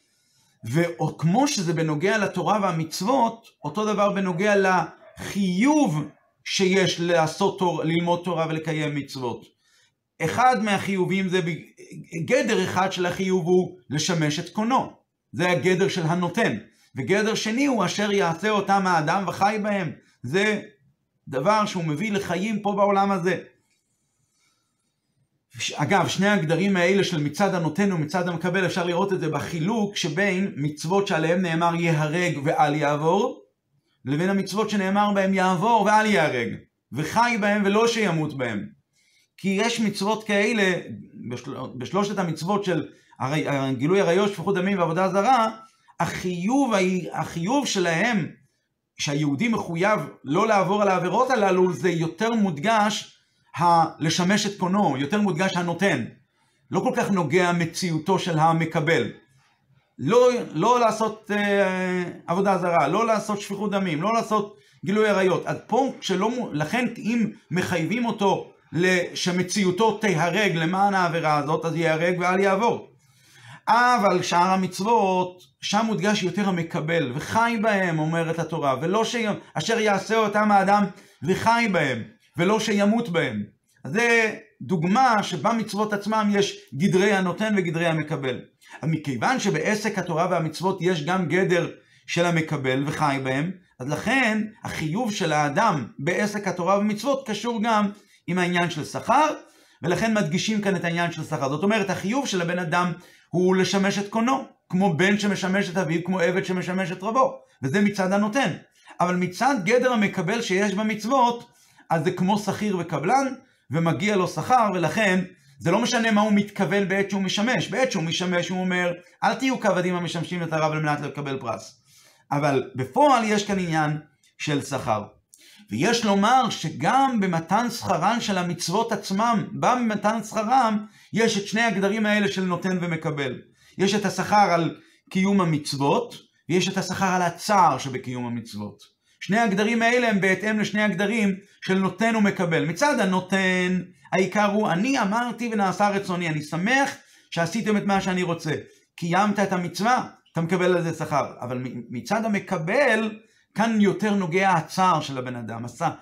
וכמו שזה בנוגע לתורה והמצוות, אותו דבר בנוגע לחיוב שיש לעשות תורה, ללמוד תורה ולקיים מצוות. אחד מהחיובים זה, גדר אחד של החיוב הוא לשמש את קונו. זה הגדר של הנותן. וגדר שני הוא אשר יעשה אותם האדם וחי בהם. זה דבר שהוא מביא לחיים פה בעולם הזה. אגב, שני הגדרים האלה של מצד הנותן ומצד המקבל, אפשר לראות את זה בחילוק שבין מצוות שעליהם נאמר יהרג ואל יעבור, לבין המצוות שנאמר בהם יעבור ואל יהרג, וחי בהם ולא שימות בהם. כי יש מצוות כאלה, בשלושת המצוות של גילוי עריות, שפיכות דמים ועבודה זרה, החיוב, החיוב שלהם, שהיהודי מחויב לא לעבור על העבירות הללו, זה יותר מודגש לשמש את קונו, יותר מודגש הנותן. לא כל כך נוגע מציאותו של המקבל. לא, לא לעשות אה, עבודה זרה, לא לעשות שפיכות דמים, לא לעשות גילוי עריות. אז פה, שלא, לכן אם מחייבים אותו שמציאותו תהרג למען העבירה הזאת, אז יהרג ואל יעבור. אבל שאר המצוות, שם מודגש יותר המקבל, וחי בהם, אומרת התורה, ולא ש... אשר יעשה אותם האדם וחי בהם, ולא שימות בהם. אז זה דוגמה שבמצוות עצמם יש גדרי הנותן וגדרי המקבל. אז מכיוון שבעסק התורה והמצוות יש גם גדר של המקבל וחי בהם, אז לכן החיוב של האדם בעסק התורה ומצוות קשור גם עם העניין של שכר, ולכן מדגישים כאן את העניין של שכר. זאת אומרת, החיוב של הבן אדם הוא לשמש את קונו, כמו בן שמשמש את אביו, כמו עבד שמשמש את רבו, וזה מצד הנותן. אבל מצד גדר המקבל שיש במצוות, אז זה כמו שכיר וקבלן, ומגיע לו שכר, ולכן זה לא משנה מה הוא מתכוון בעת שהוא משמש. בעת שהוא משמש הוא אומר, אל תהיו כעבדים המשמשים את הרב על מנת לקבל פרס. אבל בפועל יש כאן עניין של שכר. ויש לומר שגם במתן שכרן של המצוות עצמם, במתן שכרם, יש את שני הגדרים האלה של נותן ומקבל. יש את השכר על קיום המצוות, ויש את השכר על הצער שבקיום המצוות. שני הגדרים האלה הם בהתאם לשני הגדרים של נותן ומקבל. מצד הנותן, העיקר הוא, אני אמרתי ונעשה רצוני, אני שמח שעשיתם את מה שאני רוצה. קיימת את המצווה, אתה מקבל על זה שכר. אבל מצד המקבל, כאן יותר נוגע הצער של הבן אדם.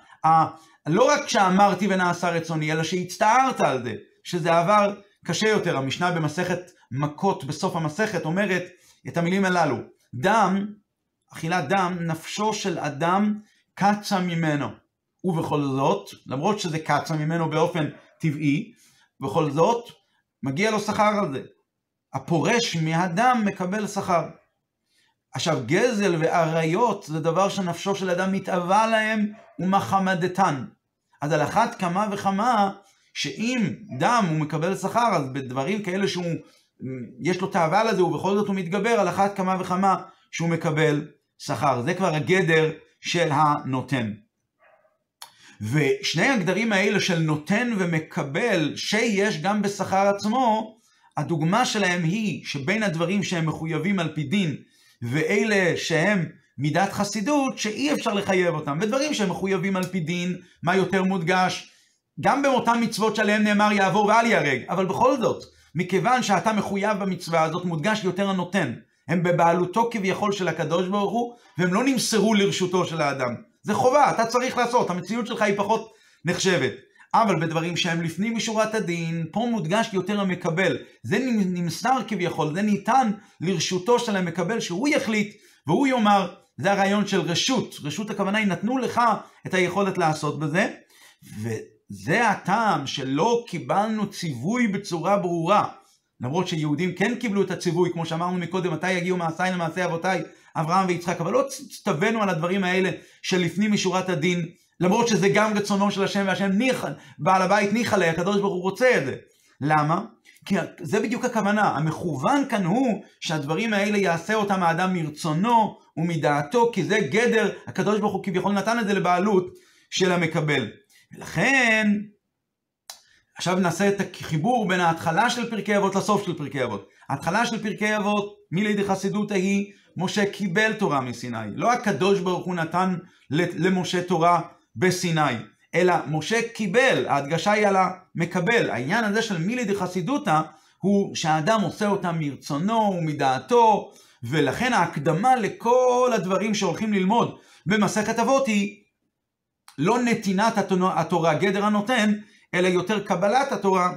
לא רק שאמרתי ונעשה רצוני, אלא שהצטערת על זה, שזה עבר קשה יותר. המשנה במסכת מכות בסוף המסכת אומרת את המילים הללו. דם, אכילת דם, נפשו של אדם קצה ממנו. ובכל זאת, למרות שזה קצה ממנו באופן טבעי, בכל זאת, מגיע לו שכר על זה. הפורש מהדם מקבל שכר. עכשיו, גזל ועריות זה דבר שנפשו של אדם מתאווה להם ומחמדתן. אז על אחת כמה וכמה, שאם דם הוא מקבל שכר, אז בדברים כאלה שהוא, יש לו תאווה לזה, ובכל זאת הוא מתגבר, על אחת כמה וכמה שהוא מקבל שכר. זה כבר הגדר של הנותן. ושני הגדרים האלה של נותן ומקבל, שיש גם בשכר עצמו, הדוגמה שלהם היא שבין הדברים שהם מחויבים על פי דין, ואלה שהם מידת חסידות, שאי אפשר לחייב אותם. ודברים שהם מחויבים על פי דין, מה יותר מודגש? גם באותן מצוות שעליהם נאמר יעבור ואל יהרג. אבל בכל זאת, מכיוון שאתה מחויב במצווה הזאת, מודגש יותר הנותן. הם בבעלותו כביכול של הקדוש ברוך הוא, והם לא נמסרו לרשותו של האדם. זה חובה, אתה צריך לעשות, המציאות שלך היא פחות נחשבת. אבל בדברים שהם לפנים משורת הדין, פה מודגש יותר המקבל. זה נמסר כביכול, זה ניתן לרשותו של המקבל שהוא יחליט, והוא יאמר, זה הרעיון של רשות. רשות הכוונה היא נתנו לך את היכולת לעשות בזה, וזה הטעם שלא קיבלנו ציווי בצורה ברורה. למרות שיהודים כן קיבלו את הציווי, כמו שאמרנו מקודם, מתי יגיעו מעשיי למעשי אבותיי, אברהם ויצחק, אבל לא צטווינו על הדברים האלה של לפנים משורת הדין, למרות שזה גם רצונו של השם, והשם ניחא, בעל הבית ניחא לה, הקדוש ברוך הוא רוצה את זה. למה? כי זה בדיוק הכוונה, המכוון כאן הוא שהדברים האלה יעשה אותם האדם מרצונו ומדעתו, כי זה גדר, הקדוש ברוך הוא כביכול נתן את זה לבעלות של המקבל. ולכן, עכשיו נעשה את החיבור בין ההתחלה של פרקי אבות לסוף של פרקי אבות. ההתחלה של פרקי אבות, מילי דחסידותא היא, משה קיבל תורה מסיני. לא הקדוש ברוך הוא נתן למשה תורה בסיני, אלא משה קיבל, ההדגשה היא על המקבל. העניין הזה של מילי דחסידותא הוא שהאדם עושה אותם מרצונו ומדעתו, ולכן ההקדמה לכל הדברים שהולכים ללמוד במסכת אבות היא לא נתינת התורה, גדר הנותן, אלא יותר קבלת התורה,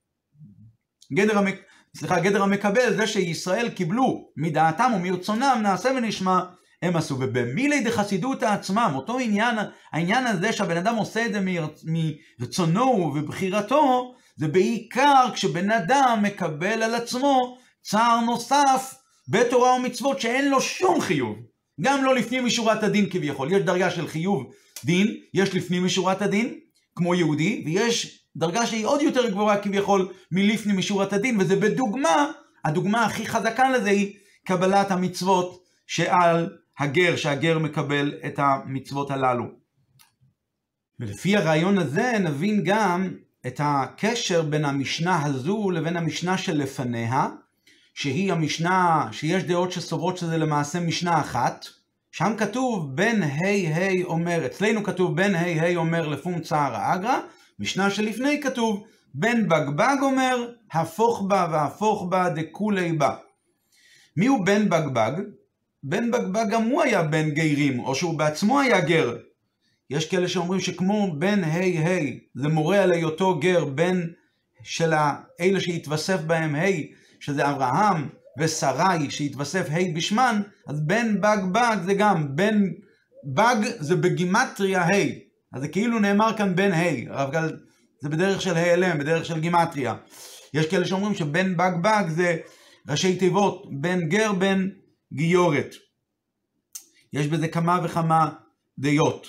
גדר, המק... סליחה, גדר המקבל, זה שישראל קיבלו מדעתם ומרצונם, נעשה ונשמע, הם עשו. ובמילי דחסידותא עצמם, אותו עניין, העניין הזה שהבן אדם עושה את זה מרצונו ובחירתו, זה בעיקר כשבן אדם מקבל על עצמו צער נוסף בתורה ומצוות שאין לו שום חיוב. גם לא לפנים משורת הדין כביכול. יש דרגה של חיוב דין, יש לפנים משורת הדין, כמו יהודי, ויש דרגה שהיא עוד יותר גבוהה כביכול מלפנים משורת הדין, וזה בדוגמה, הדוגמה הכי חזקה לזה היא קבלת המצוות שעל הגר, שהגר מקבל את המצוות הללו. ולפי הרעיון הזה נבין גם את הקשר בין המשנה הזו לבין המשנה שלפניה, שהיא המשנה שיש דעות שסוברות שזה למעשה משנה אחת, שם כתוב בן ה' ה' אומר, אצלנו כתוב בן ה' ה' אומר לפום צער האגרא, משנה שלפני כתוב בן בגבג אומר הפוך בה והפוך בה דכולי בה. מי הוא בן בגבג? בן בגבג גם הוא היה בן גיירים, או שהוא בעצמו היה גר. יש כאלה שאומרים שכמו בן ה' ה' זה מורה על היותו גר, בן של האלה שהתווסף בהם ה' שזה אברהם ושרי שהתווסף ה' בשמן, אז בן בג בג זה גם בן בג זה בגימטריה ה', אז זה כאילו נאמר כאן בן ה', אבל זה בדרך של ה' בדרך של גימטריה. יש כאלה שאומרים שבן בג בג זה ראשי תיבות, בן גר בן גיורת. יש בזה כמה וכמה דעות.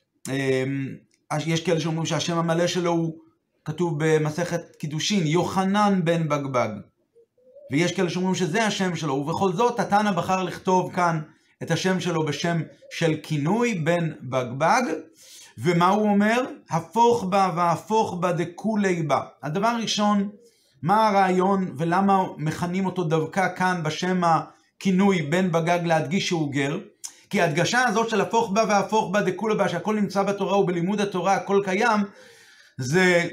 יש כאלה שאומרים שהשם המלא שלו הוא כתוב במסכת קידושין, יוחנן בן בגבג. ויש כאלה שאומרים שזה השם שלו, ובכל זאת התנא בחר לכתוב כאן את השם שלו בשם של כינוי בן בגבג. ומה הוא אומר? הפוך בה והפוך בה דכולי בה. הדבר הראשון, מה הרעיון ולמה מכנים אותו דווקא כאן בשם הכינוי בן בגג להדגיש שהוא גר? כי ההדגשה הזאת של הפוך בה והפוך בה דכולי בה, שהכל נמצא בתורה ובלימוד התורה הכל קיים, זה,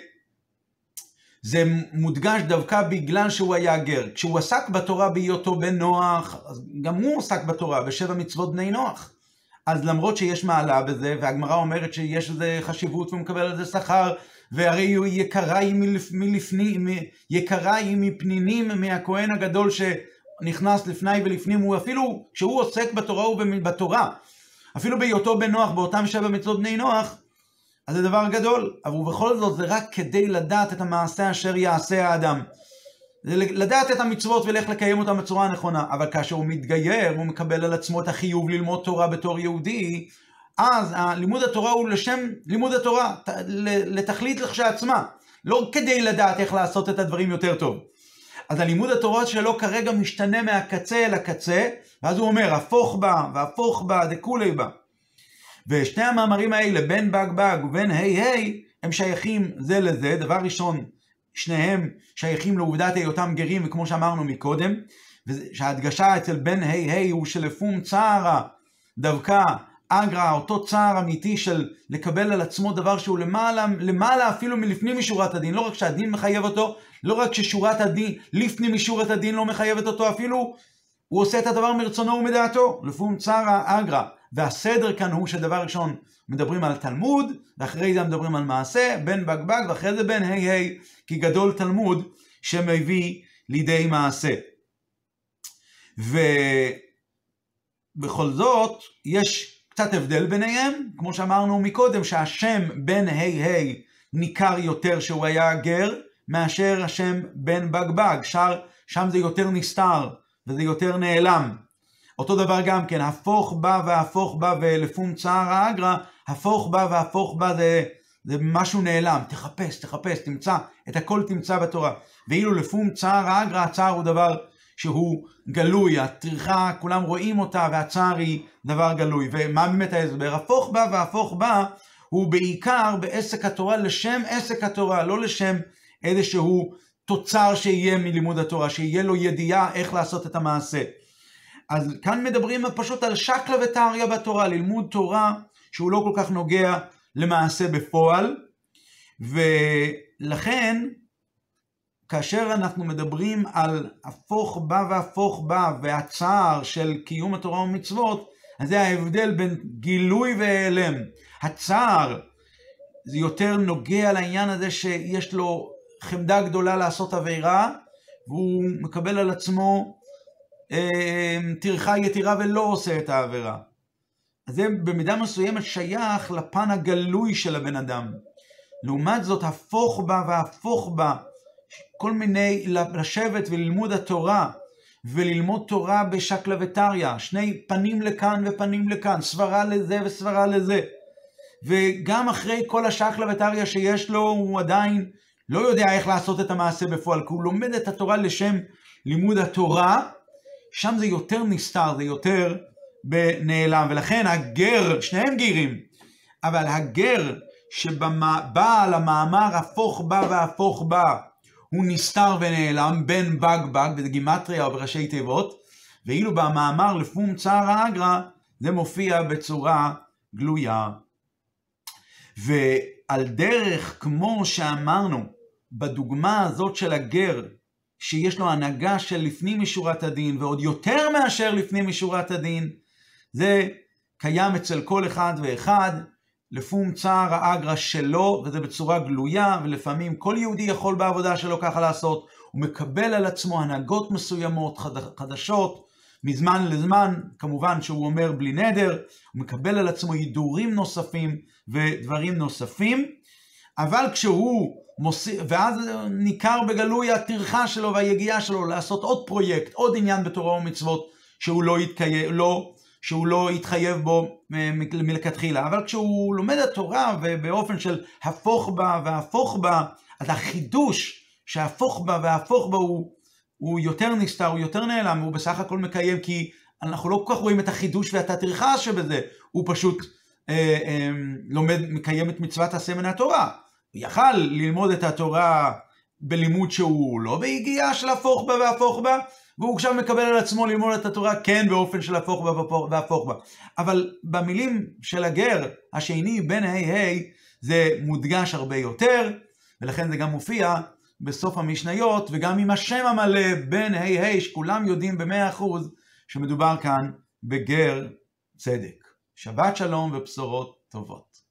זה מודגש דווקא בגלל שהוא היה גר. כשהוא עסק בתורה בהיותו בן נוח, גם הוא עסק בתורה בשבע מצוות בני נוח. אז למרות שיש מעלה בזה, והגמרא אומרת שיש לזה חשיבות ומקבל על זה שכר, והרי הוא יקרה היא מלפנים, יקרה היא מפנינים מהכהן הגדול שנכנס לפני ולפנים, הוא אפילו, כשהוא עוסק בתורה ובתורה, אפילו בהיותו בן נוח, באותם שבע מצוות בני נוח, אז זה דבר גדול, אבל בכל זאת זה רק כדי לדעת את המעשה אשר יעשה האדם. זה לדעת את המצוות ולך לקיים אותם בצורה הנכונה, אבל כאשר הוא מתגייר, הוא מקבל על עצמו את החיוב ללמוד תורה בתור יהודי, אז לימוד התורה הוא לשם לימוד התורה, לתכלית לכשעצמה, לא כדי לדעת איך לעשות את הדברים יותר טוב. אז הלימוד התורה שלו כרגע משתנה מהקצה אל הקצה, ואז הוא אומר, הפוך בה והפוך בה דכולי בה. ושני המאמרים האלה, בין בגבג ובין ה' ה', הם שייכים זה לזה. דבר ראשון, שניהם שייכים לעובדת היותם גרים, וכמו שאמרנו מקודם, שההדגשה אצל בן ה' ה' הוא שלפום צערה, דווקא אגרא, אותו צער אמיתי של לקבל על עצמו דבר שהוא למעלה, למעלה אפילו מלפנים משורת הדין, לא רק שהדין מחייב אותו, לא רק ששורת הדין, לפנים משורת הדין לא מחייבת אותו, אפילו הוא עושה את הדבר מרצונו ומדעתו, לפום צערה אגרא. והסדר כאן הוא שדבר ראשון מדברים על תלמוד, ואחרי זה מדברים על מעשה, בן בגבג, ואחרי זה בן ה' ה', כי גדול תלמוד שמביא לידי מעשה. ובכל זאת, יש קצת הבדל ביניהם, כמו שאמרנו מקודם, שהשם בן ה' ה' ניכר יותר שהוא היה גר, מאשר השם בן בגבג, שם זה יותר נסתר, וזה יותר נעלם. אותו דבר גם כן, הפוך בה והפוך בה ולפום צער האגרא, הפוך בה והפוך בה זה, זה משהו נעלם, תחפש, תחפש, תמצא, את הכל תמצא בתורה. ואילו לפום צער האגרא, הצער הוא דבר שהוא גלוי, הטרחה, כולם רואים אותה, והצער היא דבר גלוי. ומה באמת ההסבר? הפוך בה והפוך בה הוא בעיקר בעסק התורה, לשם עסק התורה, לא לשם איזשהו תוצר שיהיה מלימוד התורה, שיהיה לו ידיעה איך לעשות את המעשה. אז כאן מדברים פשוט על שקלא וטריא בתורה, ללמוד תורה שהוא לא כל כך נוגע למעשה בפועל, ולכן כאשר אנחנו מדברים על הפוך בה והפוך בה והצער של קיום התורה ומצוות, אז זה ההבדל בין גילוי והיעלם. הצער זה יותר נוגע לעניין הזה שיש לו חמדה גדולה לעשות עבירה, והוא מקבל על עצמו טרחה יתירה ולא עושה את העבירה. אז זה במידה מסוימת שייך לפן הגלוי של הבן אדם. לעומת זאת, הפוך בה והפוך בה, כל מיני, לשבת וללמוד התורה, וללמוד תורה בשקלא וטריא, שני פנים לכאן ופנים לכאן, סברה לזה וסברה לזה. וגם אחרי כל השקלא וטריא שיש לו, הוא עדיין לא יודע איך לעשות את המעשה בפועל, כי הוא לומד את התורה לשם לימוד התורה, שם זה יותר נסתר, זה יותר בנעלם. ולכן הגר, שניהם גרים, אבל הגר שבא על המאמר הפוך בה והפוך בה, הוא נסתר ונעלם בין בג בג, וזה גימטריה או בראשי תיבות, ואילו במאמר לפום צער האגרא, זה מופיע בצורה גלויה. ועל דרך, כמו שאמרנו, בדוגמה הזאת של הגר, שיש לו הנהגה של לפנים משורת הדין, ועוד יותר מאשר לפנים משורת הדין, זה קיים אצל כל אחד ואחד, לפום צער האגרא שלו, וזה בצורה גלויה, ולפעמים כל יהודי יכול בעבודה שלו ככה לעשות, הוא מקבל על עצמו הנהגות מסוימות, חדשות, מזמן לזמן, כמובן שהוא אומר בלי נדר, הוא מקבל על עצמו הידורים נוספים ודברים נוספים, אבל כשהוא מוסיף, ואז ניכר בגלוי הטרחה שלו והיגיעה שלו לעשות עוד פרויקט, עוד עניין בתורה ומצוות, שהוא לא יתקיים, לא, שהוא לא יתחייב בו מלכתחילה. אבל כשהוא לומד התורה ובאופן של הפוך בה והפוך בה, אז החידוש שהפוך בה והפוך בה הוא, הוא יותר נסתר, הוא יותר נעלם, הוא בסך הכל מקיים, כי אנחנו לא כל כך רואים את החידוש ואת הטרחה שבזה, הוא פשוט אה, אה, לומד, מקיים את מצוות עשה מן התורה. הוא יכל ללמוד את התורה בלימוד שהוא לא בהגיעה של הפוך בה והפוך בה, והוא עכשיו מקבל על עצמו ללמוד את התורה כן באופן של הפוך בה והפוך בה. אבל במילים של הגר השני בין ה' ה' זה מודגש הרבה יותר, ולכן זה גם מופיע בסוף המשניות, וגם עם השם המלא בין ה' ה' שכולם יודעים במאה אחוז שמדובר כאן בגר צדק. שבת שלום ובשורות טובות.